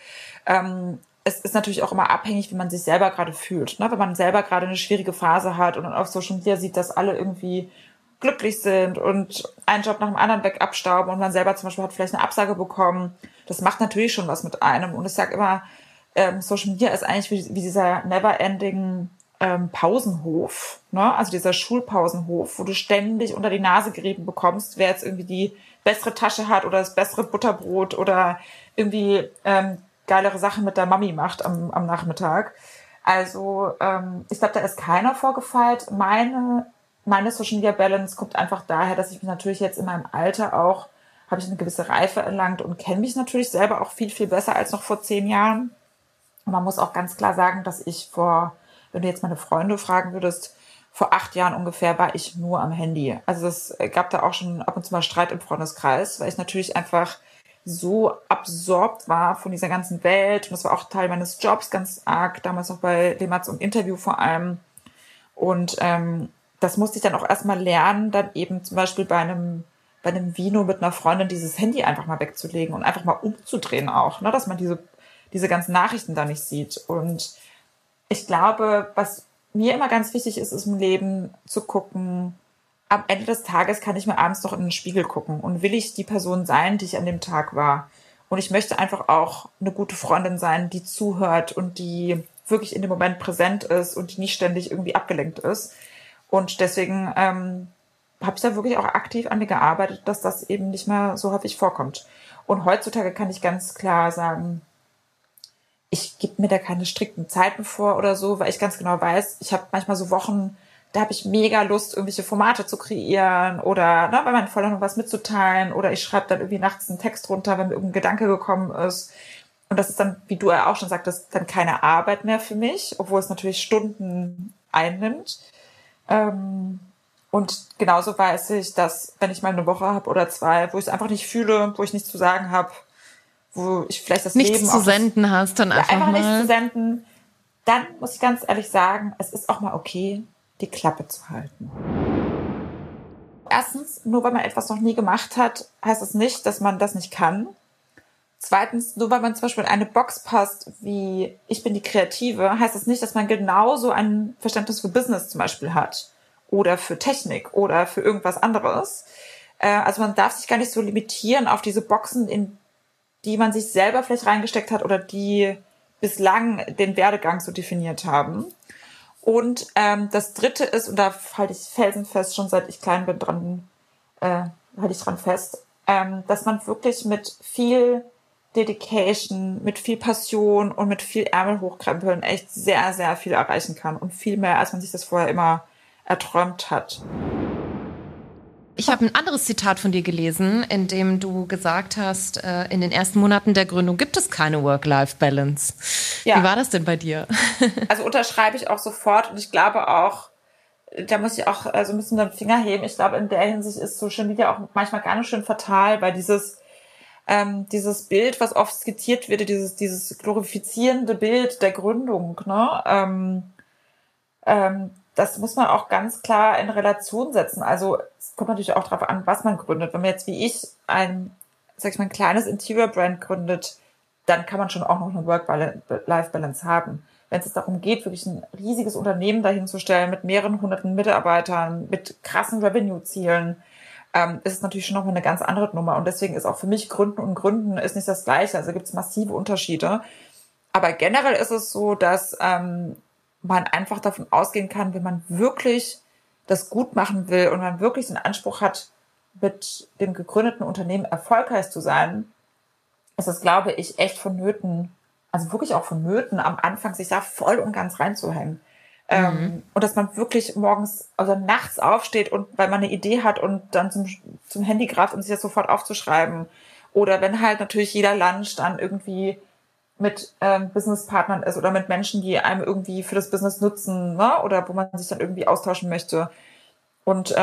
Es ist natürlich auch immer abhängig, wie man sich selber gerade fühlt. Ne? Wenn man selber gerade eine schwierige Phase hat und auf Social Media sieht, dass alle irgendwie glücklich sind und einen Job nach dem anderen weg abstauben und man selber zum Beispiel hat vielleicht eine Absage bekommen, das macht natürlich schon was mit einem. Und ich sage immer, Social Media ist eigentlich wie dieser never-ending Pausenhof, ne? Also dieser Schulpausenhof, wo du ständig unter die Nase gerieben bekommst, wer jetzt irgendwie die bessere Tasche hat oder das bessere Butterbrot oder irgendwie geilere Sachen mit der Mami macht am Nachmittag. Also ich glaube, da ist keiner vorgefeilt. Meine Social Media Balance kommt einfach daher, dass ich mich natürlich jetzt in meinem Alter auch, habe ich eine gewisse Reife erlangt und kenne mich natürlich selber auch viel, viel besser als noch vor 10 Jahren. Und man muss auch ganz klar sagen, dass ich wenn du jetzt meine Freunde fragen würdest, vor 8 Jahren ungefähr war ich nur am Handy. Also es gab da auch schon ab und zu mal Streit im Freundeskreis, weil ich natürlich einfach so absorbt war von dieser ganzen Welt. Und das war auch Teil meines Jobs ganz arg, damals noch bei Lematz im Interview vor allem. Und das musste ich dann auch erstmal lernen, dann eben zum Beispiel bei einem Vino mit einer Freundin dieses Handy einfach mal wegzulegen und einfach mal umzudrehen auch, ne, dass man diese ganzen Nachrichten da nicht sieht. Und ich glaube, was mir immer ganz wichtig ist im Leben zu gucken, am Ende des Tages kann ich mir abends noch in den Spiegel gucken und will ich die Person sein, die ich an dem Tag war. Und ich möchte einfach auch eine gute Freundin sein, die zuhört und die wirklich in dem Moment präsent ist und die nicht ständig irgendwie abgelenkt ist. Und deswegen habe ich da wirklich auch aktiv an mir gearbeitet, dass das eben nicht mehr so häufig vorkommt. Und heutzutage kann ich ganz klar sagen, ich gebe mir da keine strikten Zeiten vor oder so, weil ich ganz genau weiß, ich habe manchmal so Wochen, da habe ich mega Lust, irgendwelche Formate zu kreieren oder bei meinen Freunden noch was mitzuteilen oder ich schreibe dann irgendwie nachts einen Text runter, wenn mir irgendein Gedanke gekommen ist. Und das ist dann, wie du ja auch schon sagtest, dann keine Arbeit mehr für mich, obwohl es natürlich Stunden einnimmt. Und genauso weiß ich, dass wenn ich mal eine Woche habe oder 2, wo ich es einfach nicht fühle, wo ich nichts zu sagen habe, wo ich vielleicht das nichts Leben zu senden hast, dann einfach mal nichts zu senden, dann muss ich ganz ehrlich sagen, es ist auch mal okay, die Klappe zu halten. Erstens, nur weil man etwas noch nie gemacht hat, heißt es nicht, dass man das nicht kann. Zweitens, nur weil man zum Beispiel in eine Box passt, wie ich bin die Kreative, heißt das nicht, dass man genauso ein Verständnis für Business zum Beispiel hat oder für Technik oder für irgendwas anderes. Also man darf sich gar nicht so limitieren auf diese Boxen, in die man sich selber vielleicht reingesteckt hat oder die bislang den Werdegang so definiert haben. Und das Dritte ist, und da halte ich felsenfest, schon seit ich klein bin, halte ich dran fest, dass man wirklich mit viel Dedication, mit viel Passion und mit viel Ärmel hochkrempeln echt sehr, sehr viel erreichen kann und viel mehr, als man sich das vorher immer erträumt hat. Ich habe ein anderes Zitat von dir gelesen, in dem du gesagt hast, in den ersten Monaten der Gründung gibt es keine Work-Life-Balance. Ja. Wie war das denn bei dir? Also unterschreibe ich auch sofort und ich glaube auch, da muss ich auch so ein bisschen den Finger heben. Ich glaube, in der Hinsicht ist Social Media auch manchmal gar nicht schön fatal, weil dieses Bild, was oft skizziert wird, dieses glorifizierende Bild der Gründung, ne? Das muss man auch ganz klar in Relation setzen. Also es kommt natürlich auch darauf an, was man gründet. Wenn man jetzt wie ich ein kleines Interior-Brand gründet, dann kann man schon auch noch eine Work-Life-Balance haben. Wenn es darum geht, wirklich ein riesiges Unternehmen dahinzustellen mit mehreren hunderten Mitarbeitern, mit krassen Revenue-Zielen, ist es natürlich schon noch eine ganz andere Nummer. Und deswegen ist auch für mich Gründen ist nicht das Gleiche. Also gibt es massive Unterschiede. Aber generell ist es so, dass man einfach davon ausgehen kann, wenn man wirklich das gut machen will und man wirklich den Anspruch hat, mit dem gegründeten Unternehmen erfolgreich zu sein, ist es, glaube ich, echt vonnöten, also wirklich auch vonnöten, am Anfang sich da voll und ganz reinzuhängen. Und dass man wirklich morgens, also nachts aufsteht und weil man eine Idee hat und dann zum Handy greift, um sich das sofort aufzuschreiben. Oder wenn halt natürlich jeder Lunch dann irgendwie mit Businesspartnern ist oder mit Menschen, die einem irgendwie für das Business nutzen, ne? Oder wo man sich dann irgendwie austauschen möchte. Und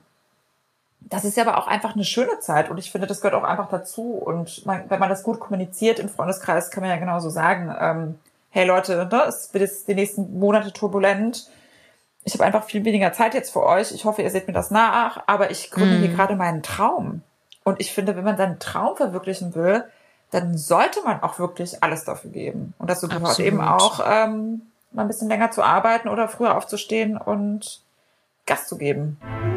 das ist ja aber auch einfach eine schöne Zeit und ich finde, das gehört auch einfach dazu. Und wenn man das gut kommuniziert im Freundeskreis, kann man ja genauso sagen, hey Leute, ne, es wird jetzt die nächsten Monate turbulent. Ich habe einfach viel weniger Zeit jetzt für euch. Ich hoffe, ihr seht mir das nach, aber ich gründe hier gerade meinen Traum. Und ich finde, wenn man seinen Traum verwirklichen will, dann sollte man auch wirklich alles dafür geben. Und dazu gehört eben auch, mal ein bisschen länger zu arbeiten oder früher aufzustehen und Gas zu geben.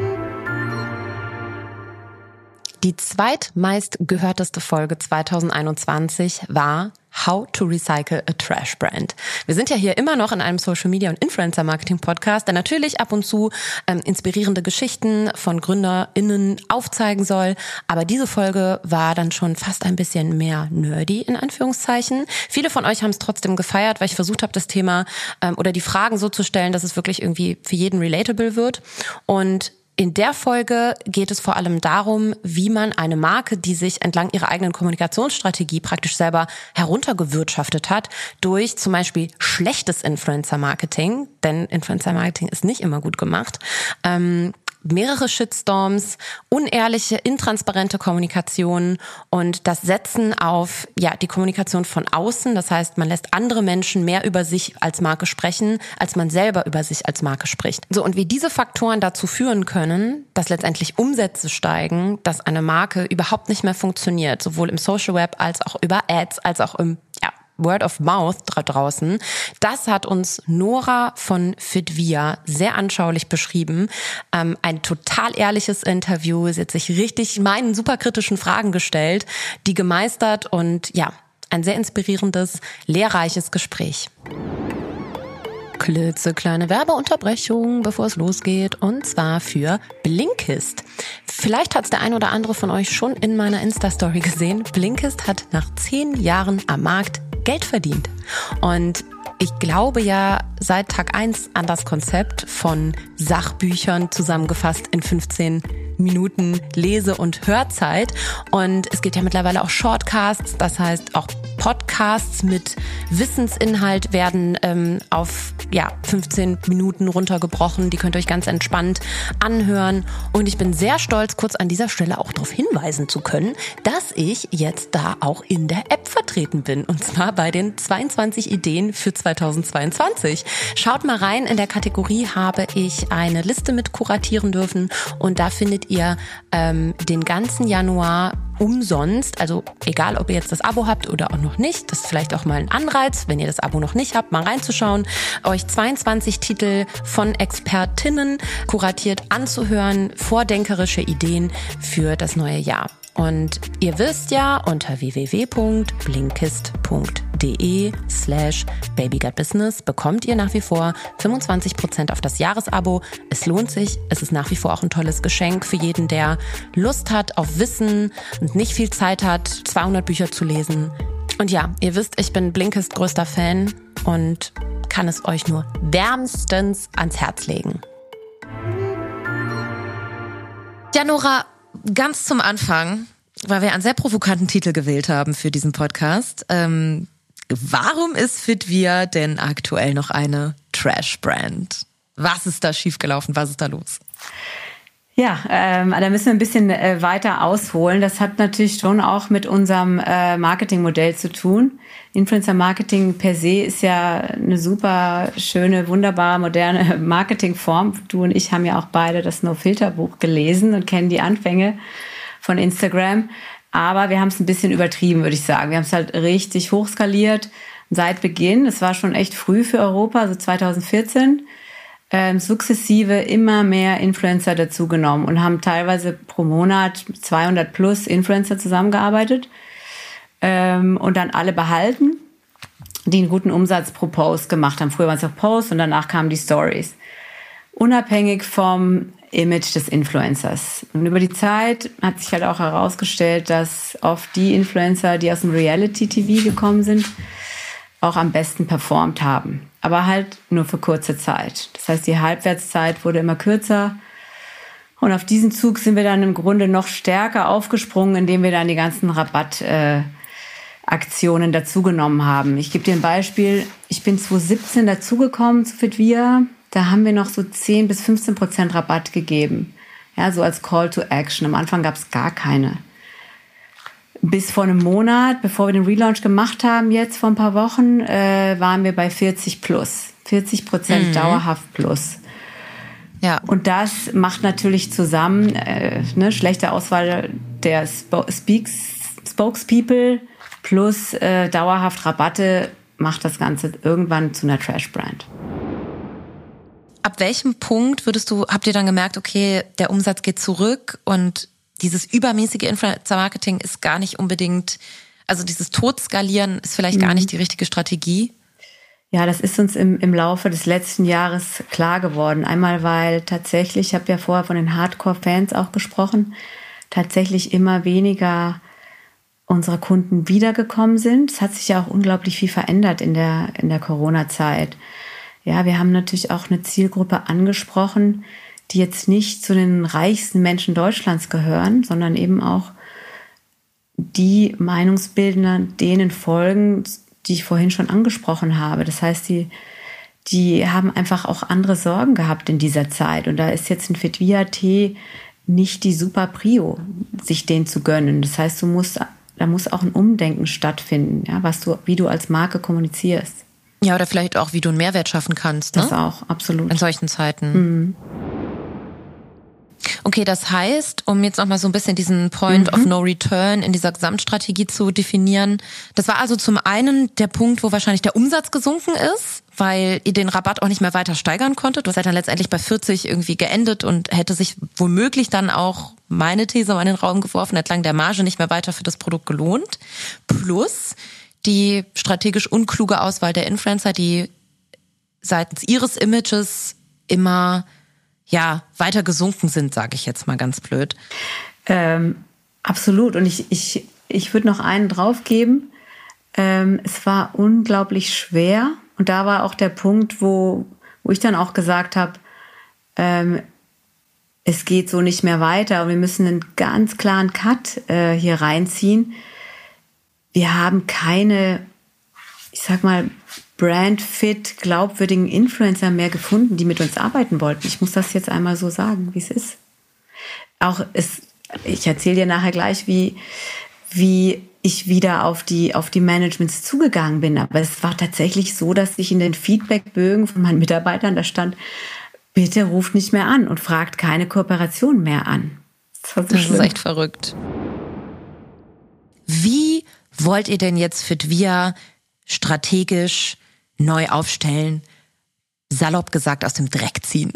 Die zweitmeist gehörteste Folge 2021 war How to Recycle a Trash Brand. Wir sind ja hier immer noch in einem Social Media und Influencer Marketing Podcast, der natürlich ab und zu inspirierende Geschichten von GründerInnen aufzeigen soll. Aber diese Folge war dann schon fast ein bisschen mehr nerdy, in Anführungszeichen. Viele von euch haben es trotzdem gefeiert, weil ich versucht habe, das Thema oder die Fragen so zu stellen, dass es wirklich irgendwie für jeden relatable wird. Und in der Folge geht es vor allem darum, wie man eine Marke, die sich entlang ihrer eigenen Kommunikationsstrategie praktisch selber heruntergewirtschaftet hat, durch zum Beispiel schlechtes Influencer-Marketing, denn Influencer-Marketing ist nicht immer gut gemacht, mehrere Shitstorms, unehrliche, intransparente Kommunikation und das Setzen auf die Kommunikation von außen. Das heißt, man lässt andere Menschen mehr über sich als Marke sprechen, als man selber über sich als Marke spricht. So, und wie diese Faktoren dazu führen können, dass letztendlich Umsätze steigen, dass eine Marke überhaupt nicht mehr funktioniert, sowohl im Social Web als auch über Ads, als auch im Word of Mouth draußen. Das hat uns Nora von Fitvia sehr anschaulich beschrieben. Ein total ehrliches Interview. Sie hat sich richtig meinen superkritischen Fragen gestellt, die gemeistert und ein sehr inspirierendes, lehrreiches Gespräch. Klitzekleine Werbeunterbrechung, bevor es losgeht, und zwar für Blinkist. Vielleicht hat es der ein oder andere von euch schon in meiner Insta-Story gesehen. Blinkist hat nach 10 Jahren am Markt Geld verdient. Und ich glaube ja seit Tag 1 an das Konzept von Sachbüchern zusammengefasst in 15 Minuten Lese- und Hörzeit. Und es gibt ja mittlerweile auch Shortcasts, das heißt auch Podcasts mit Wissensinhalt werden auf 15 Minuten runtergebrochen. Die könnt ihr euch ganz entspannt anhören. Und ich bin sehr stolz, kurz an dieser Stelle auch darauf hinweisen zu können, dass ich jetzt da auch in der App vertreten bin. Und zwar bei den 22 Ideen für 2022. Schaut mal rein, in der Kategorie habe ich eine Liste mit kuratieren dürfen. Und da findet ihr den ganzen Januar umsonst, also egal, ob ihr jetzt das Abo habt oder auch noch nicht, das ist vielleicht auch mal ein Anreiz, wenn ihr das Abo noch nicht habt, mal reinzuschauen, euch 22 Titel von Expertinnen kuratiert anzuhören, vordenkerische Ideen für das neue Jahr. Und ihr wisst ja, unter www.blinkist.de fitvia.de/babygutbusiness bekommt ihr nach wie vor 25% auf das Jahresabo. Es lohnt sich. Es ist nach wie vor auch ein tolles Geschenk für jeden, der Lust hat auf Wissen und nicht viel Zeit hat, 200 Bücher zu lesen. Und ja, ihr wisst, ich bin Blinkist größter Fan und kann es euch nur wärmstens ans Herz legen. Ja, Nora, ganz zum Anfang, weil wir einen sehr provokanten Titel gewählt haben für diesen Podcast. Warum ist Fitvia denn aktuell noch eine Trash-Brand? Was ist da schiefgelaufen? Was ist da los? Ja, da müssen wir ein bisschen weiter ausholen. Das hat natürlich schon auch mit unserem Marketingmodell zu tun. Influencer-Marketing per se ist ja eine super schöne, wunderbare, moderne Marketingform. Du und ich haben ja auch beide das No-Filter-Buch gelesen und kennen die Anfänge von Instagram. Aber wir haben es ein bisschen übertrieben, würde ich sagen. Wir haben es halt richtig hochskaliert seit Beginn. Es war schon echt früh für Europa, also 2014. Sukzessive immer mehr Influencer dazugenommen und haben teilweise pro Monat 200 plus Influencer zusammengearbeitet und dann alle behalten, die einen guten Umsatz pro Post gemacht haben. Früher waren es auch Posts und danach kamen die Stories. Unabhängig vom Image des Influencers. Und über die Zeit hat sich halt auch herausgestellt, dass oft die Influencer, die aus dem Reality-TV gekommen sind, auch am besten performt haben. Aber halt nur für kurze Zeit. Das heißt, die Halbwertszeit wurde immer kürzer. Und auf diesen Zug sind wir dann im Grunde noch stärker aufgesprungen, indem wir dann die ganzen Rabattaktionen dazugenommen haben. Ich gebe dir ein Beispiel. Ich bin 2017 dazugekommen zu Fitvia. Da haben wir noch so 10-15% Rabatt gegeben. Ja, so als Call to Action. Am Anfang gab es gar keine. Bis vor einem Monat, bevor wir den Relaunch gemacht haben, jetzt vor ein paar Wochen, waren wir bei 40 plus. 40% dauerhaft plus. Ja. Und das macht natürlich zusammen schlechte Auswahl der Spokespeople plus dauerhaft Rabatte macht das Ganze irgendwann zu einer Trash-Brand. Ab welchem Punkt habt ihr dann gemerkt, okay, der Umsatz geht zurück und dieses übermäßige Influencer-Marketing ist gar nicht unbedingt, also dieses Totskalieren ist vielleicht gar nicht die richtige Strategie? Ja, das ist uns im Laufe des letzten Jahres klar geworden. Einmal, weil tatsächlich, ich habe ja vorher von den Hardcore-Fans auch gesprochen, tatsächlich immer weniger unserer Kunden wiedergekommen sind. Es hat sich ja auch unglaublich viel verändert in der Corona-Zeit. Ja, wir haben natürlich auch eine Zielgruppe angesprochen, die jetzt nicht zu den reichsten Menschen Deutschlands gehören, sondern eben auch die Meinungsbildner, denen folgen, die ich vorhin schon angesprochen habe. Das heißt, die haben einfach auch andere Sorgen gehabt in dieser Zeit. Und da ist jetzt ein Fitvia-Tee nicht die super Prio, sich den zu gönnen. Das heißt, da muss auch ein Umdenken stattfinden, ja, wie du als Marke kommunizierst. Ja, oder vielleicht auch, wie du einen Mehrwert schaffen kannst. Ne? Das auch, absolut. In solchen Zeiten. Okay, das heißt, um jetzt nochmal so ein bisschen diesen Point of No Return in dieser Gesamtstrategie zu definieren, das war also zum einen der Punkt, wo wahrscheinlich der Umsatz gesunken ist, weil ihr den Rabatt auch nicht mehr weiter steigern konntet. Du seid dann letztendlich bei 40 irgendwie geendet und hätte sich womöglich dann auch, meine These mal in den Raum geworfen, entlang der Marge nicht mehr weiter für das Produkt gelohnt. Plus die strategisch unkluge Auswahl der Influencer, die seitens ihres Images immer weiter gesunken sind, sage ich jetzt mal ganz blöd. Absolut. Und ich würde noch einen draufgeben. Es war unglaublich schwer. Und da war auch der Punkt, wo ich dann auch gesagt habe, es geht so nicht mehr weiter und wir müssen einen ganz klaren Cut hier reinziehen. Wir haben keine, ich sag mal, brandfit, glaubwürdigen Influencer mehr gefunden, die mit uns arbeiten wollten. Ich muss das jetzt einmal so sagen, wie es ist. Ich erzähle dir nachher gleich, wie ich wieder auf die Managements zugegangen bin. Aber es war tatsächlich so, dass ich in den Feedbackbögen von meinen Mitarbeitern, da stand, bitte ruft nicht mehr an und fragt keine Kooperation mehr an. Das ist echt verrückt. Wie wollt ihr denn jetzt Fitvia strategisch neu aufstellen, salopp gesagt aus dem Dreck ziehen?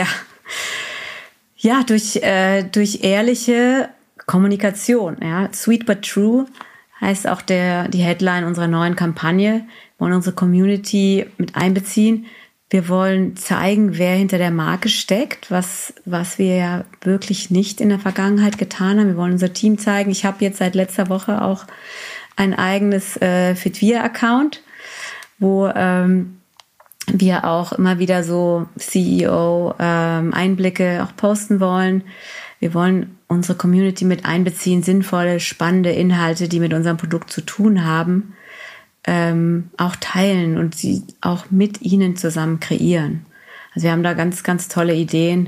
Ja, durch ehrliche Kommunikation. Ja. Sweet but true heißt auch die Headline unserer neuen Kampagne. Wir wollen unsere Community mit einbeziehen. Wir wollen zeigen, wer hinter der Marke steckt, was wir ja wirklich nicht in der Vergangenheit getan haben. Wir wollen unser Team zeigen. Ich habe jetzt seit letzter Woche auch ein eigenes Fitvia-Account, wo wir auch immer wieder so CEO-Einblicke auch posten wollen. Wir wollen unsere Community mit einbeziehen, sinnvolle, spannende Inhalte, die mit unserem Produkt zu tun haben, auch teilen und sie auch mit ihnen zusammen kreieren. Also wir haben da ganz, ganz tolle Ideen,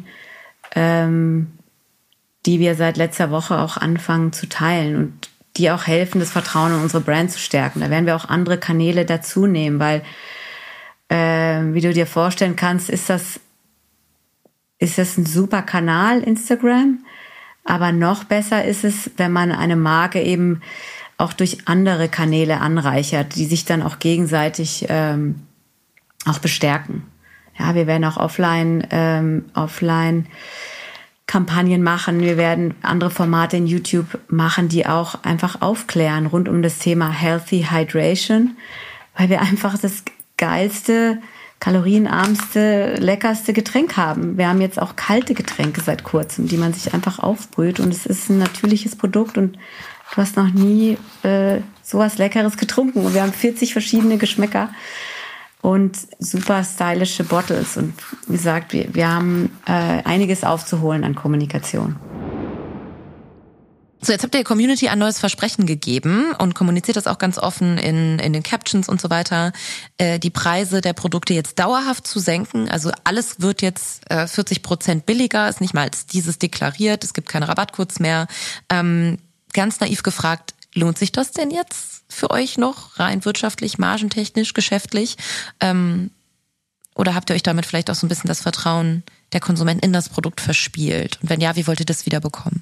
die wir seit letzter Woche auch anfangen zu teilen und die auch helfen, das Vertrauen in unsere Brand zu stärken. Da werden wir auch andere Kanäle dazu nehmen, weil, wie du dir vorstellen kannst, ist das ein super Kanal, Instagram. Aber noch besser ist es, wenn man eine Marke eben auch durch andere Kanäle anreichert, die sich dann auch gegenseitig auch bestärken. Ja, wir werden auch offline Kampagnen machen. Wir werden andere Formate in YouTube machen, die auch einfach aufklären rund um das Thema Healthy Hydration, weil wir einfach das geilste, kalorienarmste, leckerste Getränk haben. Wir haben jetzt auch kalte Getränke seit kurzem, die man sich einfach aufbrüht und es ist ein natürliches Produkt und du hast noch nie sowas Leckeres getrunken und wir haben 40 verschiedene Geschmäcker und super stylische Bottles und wie gesagt, wir haben einiges aufzuholen an Kommunikation. So, jetzt habt ihr der Community ein neues Versprechen gegeben und kommuniziert das auch ganz offen in den Captions und so weiter, die Preise der Produkte jetzt dauerhaft zu senken. Also alles wird jetzt 40% billiger, ist nicht mal als dieses deklariert, es gibt keine Rabattcodes mehr. Ganz naiv gefragt, lohnt sich das denn jetzt für euch noch, rein wirtschaftlich, margentechnisch, geschäftlich? Oder habt ihr euch damit vielleicht auch so ein bisschen das Vertrauen der Konsumenten in das Produkt verspielt? Und wenn ja, wie wollt ihr das wieder bekommen?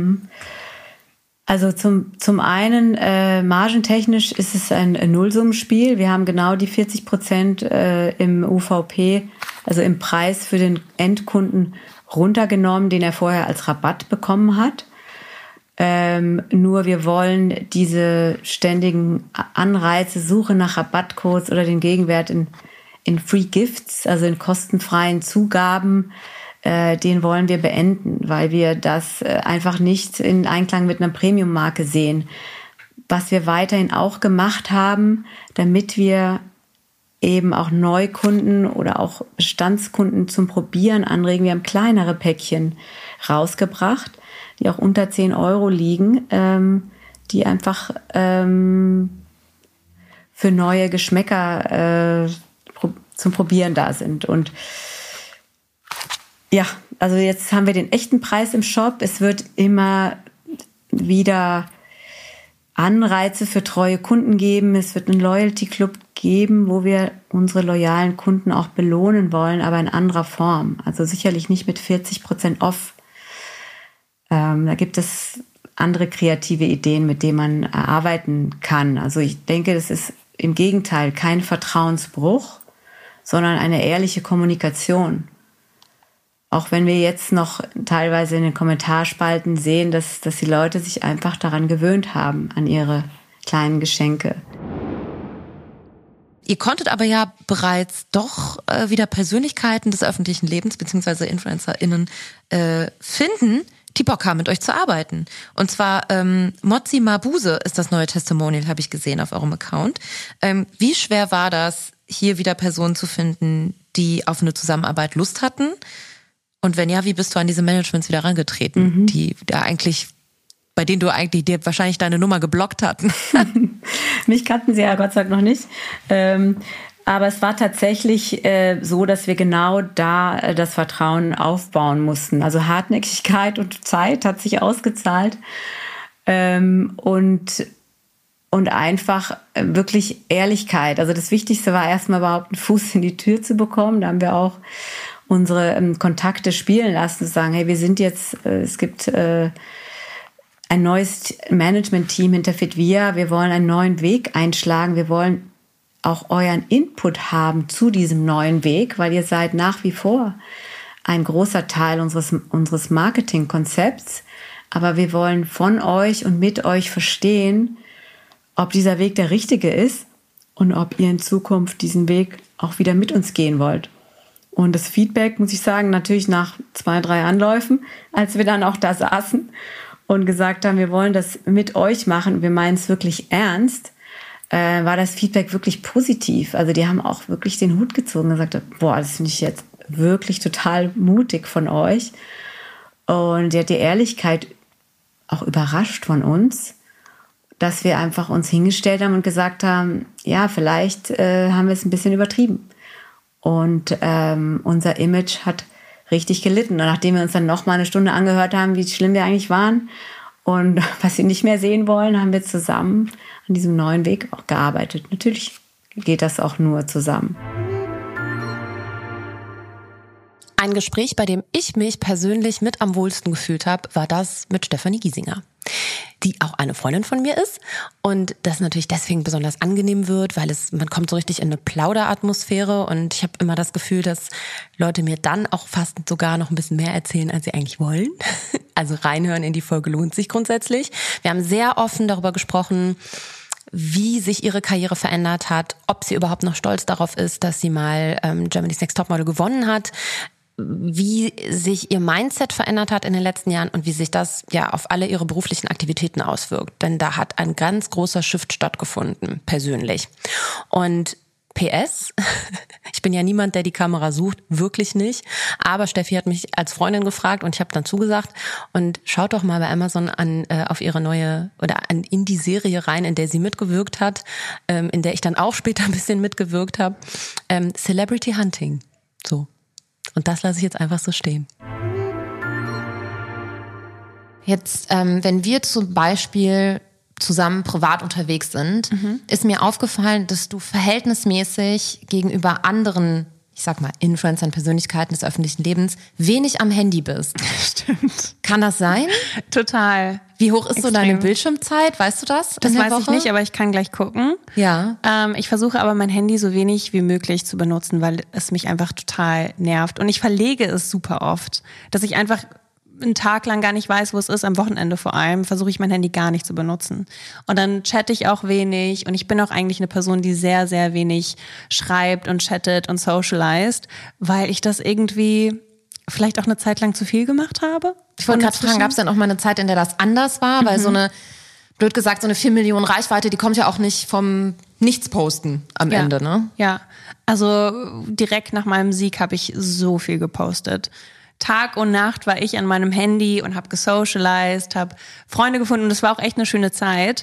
Also zum einen, margentechnisch ist es ein Nullsummenspiel. Wir haben genau die 40% im UVP, also im Preis für den Endkunden runtergenommen, den er vorher als Rabatt bekommen hat. Nur wir wollen diese ständigen Anreize, Suche nach Rabattcodes oder den Gegenwert in Free Gifts, also in kostenfreien Zugaben, den wollen wir beenden, weil wir das einfach nicht in Einklang mit einer Premium-Marke sehen. Was wir weiterhin auch gemacht haben, damit wir eben auch Neukunden oder auch Bestandskunden zum Probieren anregen. Wir haben kleinere Päckchen rausgebracht, die auch unter 10 € liegen, die einfach für neue Geschmäcker zum Probieren da sind. Und ja, also jetzt haben wir den echten Preis im Shop. Es wird immer wieder Anreize für treue Kunden geben. Es wird einen Loyalty Club geben, wo wir unsere loyalen Kunden auch belohnen wollen, aber in anderer Form. Also sicherlich nicht mit 40% off. Da gibt es andere kreative Ideen, mit denen man arbeiten kann. Also ich denke, das ist im Gegenteil kein Vertrauensbruch, sondern eine ehrliche Kommunikation. Auch wenn wir jetzt noch teilweise in den Kommentarspalten sehen, dass die Leute sich einfach daran gewöhnt haben, an ihre kleinen Geschenke. Ihr konntet aber ja bereits doch wieder Persönlichkeiten des öffentlichen Lebens bzw. InfluencerInnen finden, die Bock haben, mit euch zu arbeiten. Und zwar Mozzi Mabuse ist das neue Testimonial, habe ich gesehen auf eurem Account. Wie schwer war das, hier wieder Personen zu finden, die auf eine Zusammenarbeit Lust hatten? Und wenn ja, wie bist du an diese Managements wieder rangetreten, die da eigentlich, bei denen du eigentlich dir wahrscheinlich deine Nummer geblockt hatten? Mich kannten sie ja Gott sei Dank noch nicht. Aber es war tatsächlich so, dass wir genau da das Vertrauen aufbauen mussten. Also Hartnäckigkeit und Zeit hat sich ausgezahlt. Und einfach wirklich Ehrlichkeit. Also das Wichtigste war erstmal überhaupt einen Fuß in die Tür zu bekommen. Da haben wir auch unsere Kontakte spielen lassen, zu sagen, hey, wir sind jetzt, es gibt ein neues Management-Team hinter Fitvia, wir wollen einen neuen Weg einschlagen, wir wollen auch euren Input haben zu diesem neuen Weg, weil ihr seid nach wie vor ein großer Teil unseres Marketingkonzepts, aber wir wollen von euch und mit euch verstehen, ob dieser Weg der richtige ist und ob ihr in Zukunft diesen Weg auch wieder mit uns gehen wollt. Und das Feedback, muss ich sagen, natürlich nach 2, 3 Anläufen, als wir dann auch da saßen und gesagt haben, wir wollen das mit euch machen, wir meinen es wirklich ernst, war das Feedback wirklich positiv. Also die haben auch wirklich den Hut gezogen und gesagt, boah, das finde ich jetzt wirklich total mutig von euch. Und die Ehrlichkeit auch überrascht von uns, dass wir einfach uns hingestellt haben und gesagt haben, ja, vielleicht haben wir es ein bisschen übertrieben. Und unser Image hat richtig gelitten. Und nachdem wir uns dann noch mal eine Stunde angehört haben, wie schlimm wir eigentlich waren und was wir nicht mehr sehen wollen, haben wir zusammen an diesem neuen Weg auch gearbeitet. Natürlich geht das auch nur zusammen. Ein Gespräch, bei dem ich mich persönlich mit am wohlsten gefühlt habe, war das mit Stefanie Giesinger, die auch eine Freundin von mir ist und das natürlich deswegen besonders angenehm wird, weil man kommt so richtig in eine Plauderatmosphäre und ich habe immer das Gefühl, dass Leute mir dann auch fast sogar noch ein bisschen mehr erzählen, als sie eigentlich wollen. Also reinhören in die Folge lohnt sich grundsätzlich. Wir haben sehr offen darüber gesprochen, wie sich ihre Karriere verändert hat, ob sie überhaupt noch stolz darauf ist, dass sie mal Germany's Next Topmodel gewonnen hat, wie sich ihr Mindset verändert hat in den letzten Jahren und wie sich das ja auf alle ihre beruflichen Aktivitäten auswirkt. Denn da hat ein ganz großer Shift stattgefunden, persönlich. Und PS, ich bin ja niemand, der die Kamera sucht, wirklich nicht. Aber Steffi hat mich als Freundin gefragt und ich habe dann zugesagt. Und schaut doch mal bei Amazon auf ihre neue oder in die Serie rein, in der sie mitgewirkt hat, in der ich dann auch später ein bisschen mitgewirkt habe. Celebrity Hunting. So. Und das lasse ich jetzt einfach so stehen. Jetzt, wenn wir zum Beispiel zusammen privat unterwegs sind, ist mir aufgefallen, dass du verhältnismäßig gegenüber anderen, ich sag mal, Influencern, Persönlichkeiten des öffentlichen Lebens, wenig am Handy bist. Stimmt. Kann das sein? Total. Wie hoch ist Extrem. so deine Bildschirmzeit? Weißt du das? Das weiß ich nicht, aber ich kann gleich gucken. Ja. Ich versuche aber mein Handy so wenig wie möglich zu benutzen, weil es mich einfach total nervt. Und ich verlege es super oft, dass ich einfach einen Tag lang gar nicht weiß, wo es ist, am Wochenende vor allem, versuche ich mein Handy gar nicht zu benutzen. Und dann chatte ich auch wenig und ich bin auch eigentlich eine Person, die sehr, sehr wenig schreibt und chattet und socialized, weil ich das irgendwie vielleicht auch eine Zeit lang zu viel gemacht habe. Ich wollte gerade fragen, gab es dann auch mal eine Zeit, in der das anders war? Weil so eine, blöd gesagt, so eine 4 Millionen Reichweite, die kommt ja auch nicht vom Nichts-Posten am Ende, ne? Ja, also direkt nach meinem Sieg habe ich so viel gepostet. Tag und Nacht war ich an meinem Handy und habe gesocialized, habe Freunde gefunden und es war auch echt eine schöne Zeit.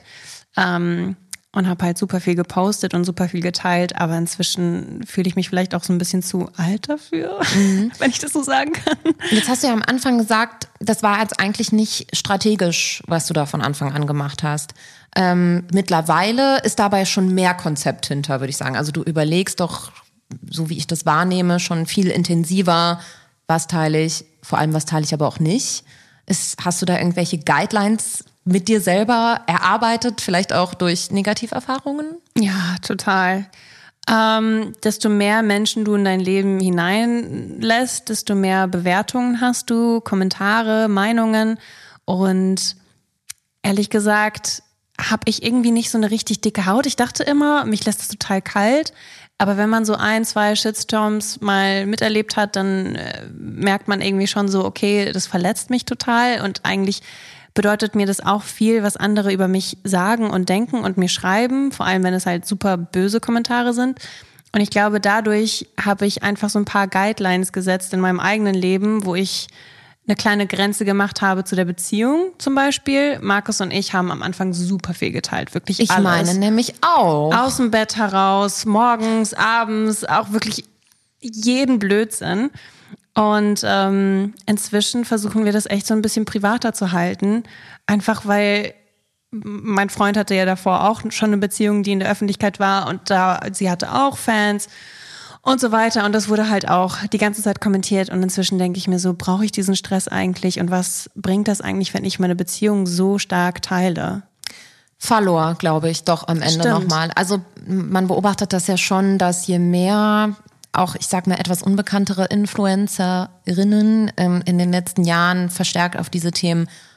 Und habe halt super viel gepostet und super viel geteilt, aber inzwischen fühle ich mich vielleicht auch so ein bisschen zu alt dafür, wenn ich das so sagen kann. Jetzt hast du ja am Anfang gesagt, das war jetzt eigentlich nicht strategisch, was du da von Anfang an gemacht hast. Mittlerweile ist dabei schon mehr Konzept hinter, würde ich sagen. Also du überlegst doch, so wie ich das wahrnehme, schon viel intensiver, was teile ich, vor allem was teile ich aber auch nicht. Hast du da irgendwelche Guidelines mit dir selber erarbeitet, vielleicht auch durch Negativerfahrungen? Ja, total. Desto mehr Menschen du in dein Leben hineinlässt, desto mehr Bewertungen hast du, Kommentare, Meinungen. Und ehrlich gesagt habe ich irgendwie nicht so eine richtig dicke Haut. Ich dachte immer, mich lässt es total kalt. Aber wenn man so 1, 2 Shitstorms mal miterlebt hat, dann merkt man irgendwie schon so, okay, das verletzt mich total. Und eigentlich bedeutet mir das auch viel, was andere über mich sagen und denken und mir schreiben, vor allem wenn es halt super böse Kommentare sind. Und ich glaube, dadurch habe ich einfach so ein paar Guidelines gesetzt in meinem eigenen Leben, wo ich eine kleine Grenze gemacht habe zu der Beziehung zum Beispiel. Markus und ich haben am Anfang super viel geteilt, wirklich ich alles. Ich meine nämlich auch. Aus dem Bett heraus, morgens, abends, auch wirklich jeden Blödsinn. Und inzwischen versuchen wir das echt so ein bisschen privater zu halten. Einfach weil mein Freund hatte ja davor auch schon eine Beziehung, die in der Öffentlichkeit war und sie hatte auch Fans und so weiter. Und das wurde halt auch die ganze Zeit kommentiert. Und inzwischen denke ich mir so, brauche ich diesen Stress eigentlich? Und was bringt das eigentlich, wenn ich meine Beziehung so stark teile? Verlor, glaube ich, doch am Ende nochmal. Also man beobachtet das ja schon, dass je mehr auch, ich sag mal, etwas unbekanntere Influencerinnen in den letzten Jahren verstärkt auf diese Themen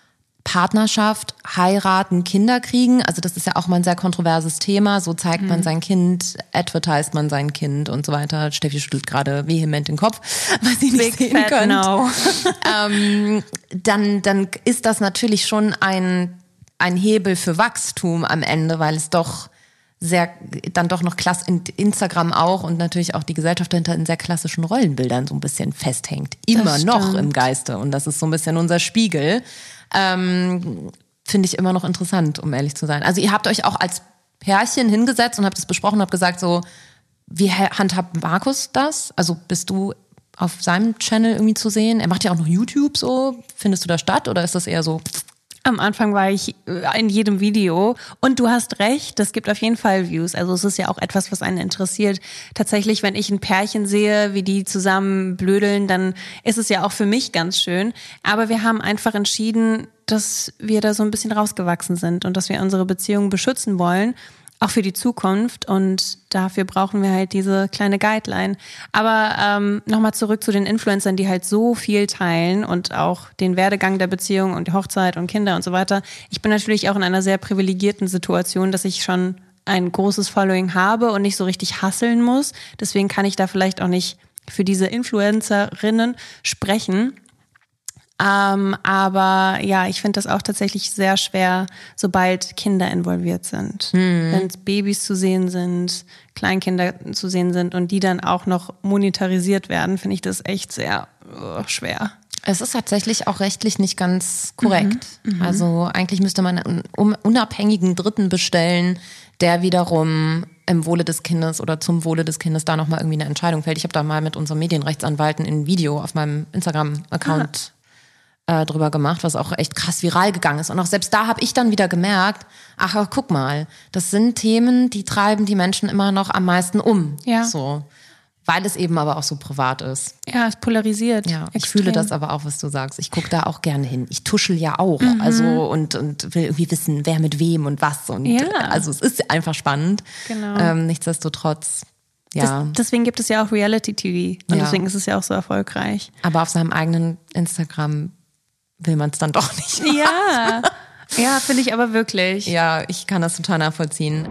Partnerschaft, heiraten, Kinder kriegen. Also das ist ja auch mal ein sehr kontroverses Thema. So zeigt man sein Kind, advertist man sein Kind und so weiter. Steffi schüttelt gerade vehement den Kopf, was sie nicht sehen könnt. No. Dann ist das natürlich schon ein Hebel für Wachstum am Ende, weil es doch dann doch noch Instagram auch und natürlich auch die Gesellschaft dahinter in sehr klassischen Rollenbildern so ein bisschen festhängt. Immer noch im Geiste. Und das ist so ein bisschen unser Spiegel. Finde ich immer noch interessant, um ehrlich zu sein. Also ihr habt euch auch als Pärchen hingesetzt und habt es besprochen und habt gesagt so, wie handhabt Markus das? Also bist du auf seinem Channel irgendwie zu sehen? Er macht ja auch noch YouTube so. Findest du da statt oder ist das eher so... Am Anfang war ich in jedem Video und du hast recht, das gibt auf jeden Fall Views. Also es ist ja auch etwas, was einen interessiert. Tatsächlich, wenn ich ein Pärchen sehe, wie die zusammen blödeln, dann ist es ja auch für mich ganz schön. Aber wir haben einfach entschieden, dass wir da so ein bisschen rausgewachsen sind und dass wir unsere Beziehung beschützen wollen. Auch für die Zukunft und dafür brauchen wir halt diese kleine Guideline. Aber nochmal zurück zu den Influencern, die halt so viel teilen und auch den Werdegang der Beziehung und die Hochzeit und Kinder und so weiter. Ich bin natürlich auch in einer sehr privilegierten Situation, dass ich schon ein großes Following habe und nicht so richtig hustlen muss. Deswegen kann ich da vielleicht auch nicht für diese Influencerinnen sprechen. Aber ja, ich finde das auch tatsächlich sehr schwer, sobald Kinder involviert sind. Wenn Babys zu sehen sind, Kleinkinder zu sehen sind und die dann auch noch monetarisiert werden, finde ich das echt sehr schwer. Es ist tatsächlich auch rechtlich nicht ganz korrekt. Also eigentlich müsste man einen unabhängigen Dritten bestellen, der wiederum im Wohle des Kindes oder zum Wohle des Kindes da nochmal irgendwie eine Entscheidung fällt. Ich habe da mal mit unserem Medienrechtsanwalt ein Video auf meinem Instagram-Account drüber gemacht, was auch echt krass viral gegangen ist. Und auch selbst da habe ich dann wieder gemerkt, ach, guck mal, das sind Themen, die treiben die Menschen immer noch am meisten um. Ja. So, weil es eben aber auch so privat ist. Ja, es polarisiert. Ja, ich extrem. fühle das aber auch, was du sagst. Ich gucke da auch gerne hin. Ich tuschel ja auch. Also und will irgendwie wissen, wer mit wem und was. Und also es ist einfach spannend. Genau. Nichtsdestotrotz. Ja. Deswegen gibt es ja auch Reality-TV. Und deswegen ist es ja auch so erfolgreich. Aber auf seinem eigenen Instagram will man es dann doch nicht. Ja, ja, finde ich aber wirklich. Ja, ich kann das total nachvollziehen.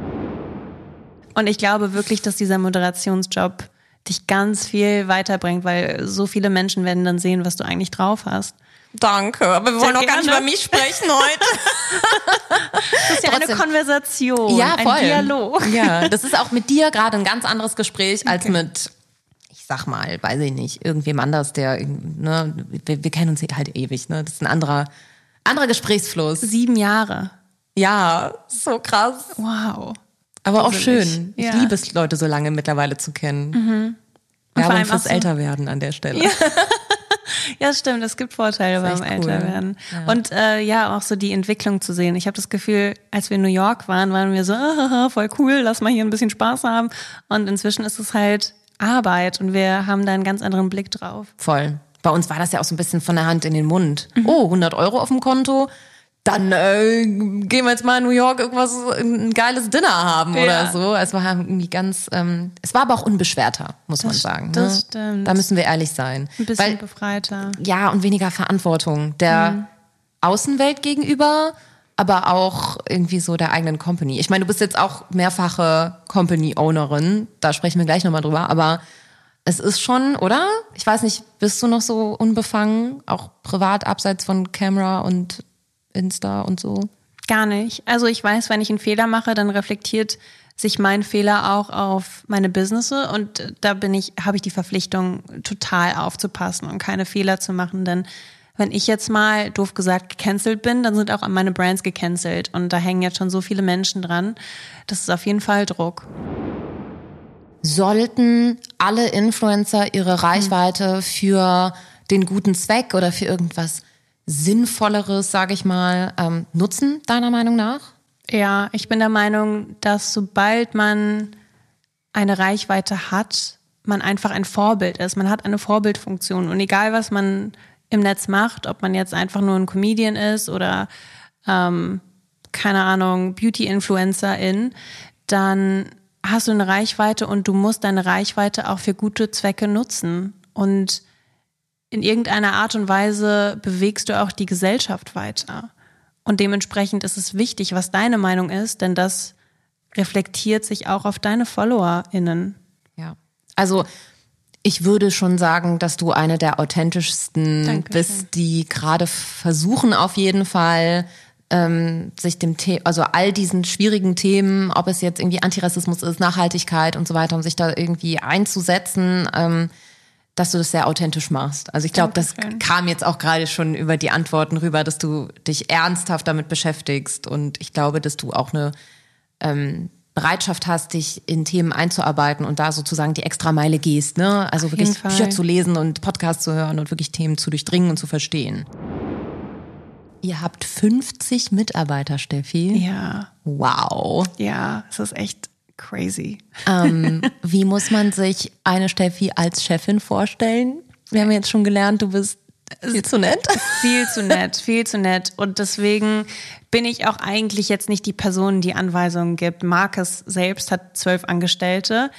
Und ich glaube wirklich, dass dieser Moderationsjob dich ganz viel weiterbringt, weil so viele Menschen werden dann sehen, was du eigentlich drauf hast. Danke, aber wir wollen auch gar nicht über mich sprechen heute. Das ist ja eine Konversation, ja, voll. Ein Dialog. Ja, das ist auch mit dir gerade ein ganz anderes Gespräch als mit... Sag mal, weiß ich nicht, irgendwem anders, der, ne, wir kennen uns halt ewig, ne, das ist ein anderer Gesprächsfluss. 7 Jahre. Ja, so krass. Wow. Aber auch schön. Ja. Ich liebe es, Leute so lange mittlerweile zu kennen. Werbung fürs Älterwerden an der Stelle. Ja. Ja, stimmt, es gibt Vorteile beim Älterwerden. Ja. Und ja, auch so die Entwicklung zu sehen. Ich habe das Gefühl, als wir in New York waren wir so, voll cool, lass mal hier ein bisschen Spaß haben. Und inzwischen ist es halt Arbeit und wir haben da einen ganz anderen Blick drauf. Voll. Bei uns war das ja auch so ein bisschen von der Hand in den Mund. Oh, 100 Euro auf dem Konto, dann gehen wir jetzt mal in New York ein geiles Dinner haben oder so. Es war irgendwie ganz, es war aber auch unbeschwerter, muss man sagen. Das stimmt. Da müssen wir ehrlich sein. Ein bisschen befreiter. Ja, und weniger Verantwortung der Außenwelt gegenüber, aber auch irgendwie so der eigenen Company. Ich meine, du bist jetzt auch mehrfache Company-Ownerin, da sprechen wir gleich nochmal drüber, aber es ist schon, oder? Ich weiß nicht, bist du noch so unbefangen, auch privat, abseits von Camera und Insta und so? Gar nicht. Also ich weiß, wenn ich einen Fehler mache, dann reflektiert sich mein Fehler auch auf meine Businesse und da habe ich die Verpflichtung, total aufzupassen und keine Fehler zu machen, denn wenn ich jetzt mal, doof gesagt, gecancelt bin, dann sind auch meine Brands gecancelt. Und da hängen jetzt schon so viele Menschen dran. Das ist auf jeden Fall Druck. Sollten alle Influencer ihre Reichweite für den guten Zweck oder für irgendwas Sinnvolleres, sage ich mal, nutzen, deiner Meinung nach? Ja, ich bin der Meinung, dass sobald man eine Reichweite hat, man einfach ein Vorbild ist. Man hat eine Vorbildfunktion. Und egal, was man im Netz macht, ob man jetzt einfach nur ein Comedian ist oder, keine Ahnung, Beauty-Influencerin, dann hast du eine Reichweite und du musst deine Reichweite auch für gute Zwecke nutzen. Und in irgendeiner Art und Weise bewegst du auch die Gesellschaft weiter. Und dementsprechend ist es wichtig, was deine Meinung ist, denn das reflektiert sich auch auf deine FollowerInnen. Ja, also ich würde schon sagen, dass du eine der authentischsten bist, die gerade versuchen auf jeden Fall sich dem Thema, also all diesen schwierigen Themen, ob es jetzt irgendwie Antirassismus ist, Nachhaltigkeit und so weiter, um sich da irgendwie einzusetzen, dass du das sehr authentisch machst. Also ich glaube, das kam jetzt auch gerade schon über die Antworten rüber, dass du dich ernsthaft damit beschäftigst, und ich glaube, dass du auch eine Bereitschaft hast, dich in Themen einzuarbeiten und da sozusagen die Extrameile gehst, ne? Also wirklich Bücher zu lesen und Podcasts zu hören und wirklich Themen zu durchdringen und zu verstehen. Ihr habt 50 Mitarbeiter, Steffi. Ja. Wow. Ja, es ist echt crazy. Wie muss man sich eine Steffi als Chefin vorstellen? Wir haben jetzt schon gelernt, du bist viel zu nett. Viel zu nett, viel zu nett. Und deswegen bin ich auch eigentlich jetzt nicht die Person, die Anweisungen gibt. Markus selbst hat 12 Angestellte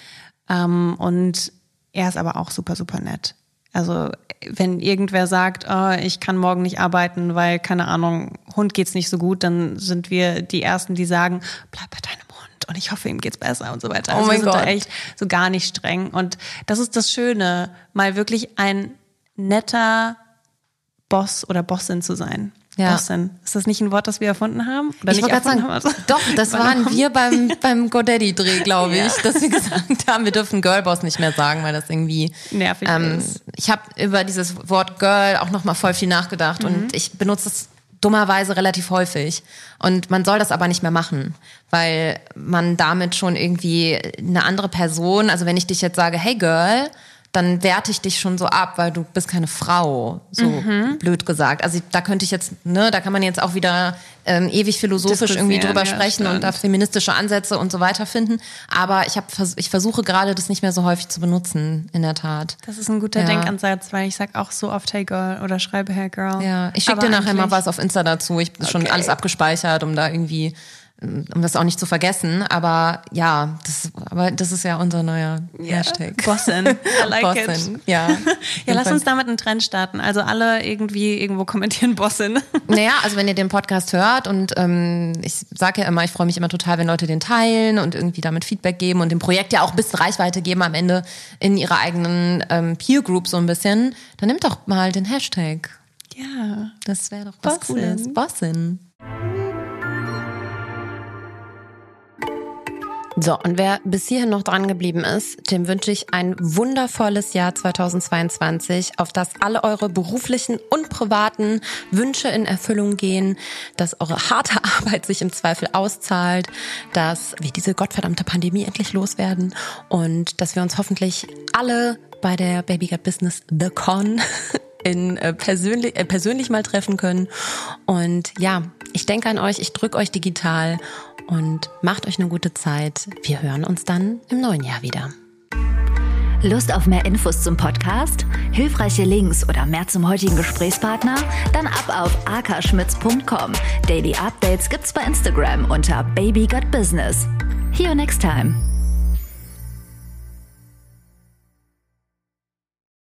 und er ist aber auch super, super nett. Also wenn irgendwer sagt, oh, ich kann morgen nicht arbeiten, weil, keine Ahnung, Hund geht's nicht so gut, dann sind wir die Ersten, die sagen, bleib bei deinem Hund und ich hoffe, ihm geht's besser und so weiter. Also oh mein wir Gott. sind da echt so gar nicht streng. Und das ist das Schöne, mal wirklich ein netter Boss oder Bossin zu sein. Ja. Bossin. Ist das nicht ein Wort, das wir erfunden haben? Oder Ich wollte gerade sagen, Also, doch, das waren wir beim GoDaddy-Dreh, glaube ich, dass wir gesagt haben, wir dürfen Girlboss nicht mehr sagen, weil das irgendwie nervig ist. Ich habe über dieses Wort Girl auch nochmal voll viel nachgedacht und ich benutze es dummerweise relativ häufig. Und man soll das aber nicht mehr machen, weil man damit schon irgendwie eine andere Person, also wenn ich dich jetzt sage, hey Girl, dann werte ich dich schon so ab, weil du bist keine Frau, so blöd gesagt. Also da könnte ich jetzt, ne, da kann man jetzt auch wieder ewig philosophisch irgendwie drüber sprechen und da feministische Ansätze und so weiter finden. Aber ich versuche gerade, das nicht mehr so häufig zu benutzen, in der Tat. Das ist ein guter Denkansatz, weil ich sag auch so oft Hey Girl oder schreibe Hey Girl. Ja, ich schicke dir nachher mal was auf Insta dazu. Ich habe schon alles abgespeichert, um da irgendwie, um das auch nicht zu vergessen. Aber ja, das ist ja unser neuer Hashtag. Bossin. I like Bossin. it. Ja, ja, lass uns damit einen Trend starten. Also alle irgendwie irgendwo kommentieren Bossin. Naja, also wenn ihr den Podcast hört und ich sage ja immer, ich freue mich immer total, wenn Leute den teilen und irgendwie damit Feedback geben und dem Projekt ja auch ein bisschen Reichweite geben am Ende in ihrer eigenen Peer Group so ein bisschen, dann nimmt doch mal den Hashtag. Ja. Das wäre doch was Cooles. Bossin. So, und wer bis hierhin noch dran geblieben ist, dem wünsche ich ein wundervolles Jahr 2022, auf das alle eure beruflichen und privaten Wünsche in Erfüllung gehen, dass eure harte Arbeit sich im Zweifel auszahlt, dass wir diese gottverdammte Pandemie endlich loswerden und dass wir uns hoffentlich alle bei der Baby Got Business The Con persönlich mal treffen können. Und ja, ich denke an euch, ich drücke euch digital und macht euch eine gute Zeit. Wir hören uns dann im neuen Jahr wieder. Lust auf mehr Infos zum Podcast? Hilfreiche Links oder mehr zum heutigen Gesprächspartner? Dann ab auf akaschmitz.com. Daily Updates gibt's bei Instagram unter Baby Got Business. See you next time.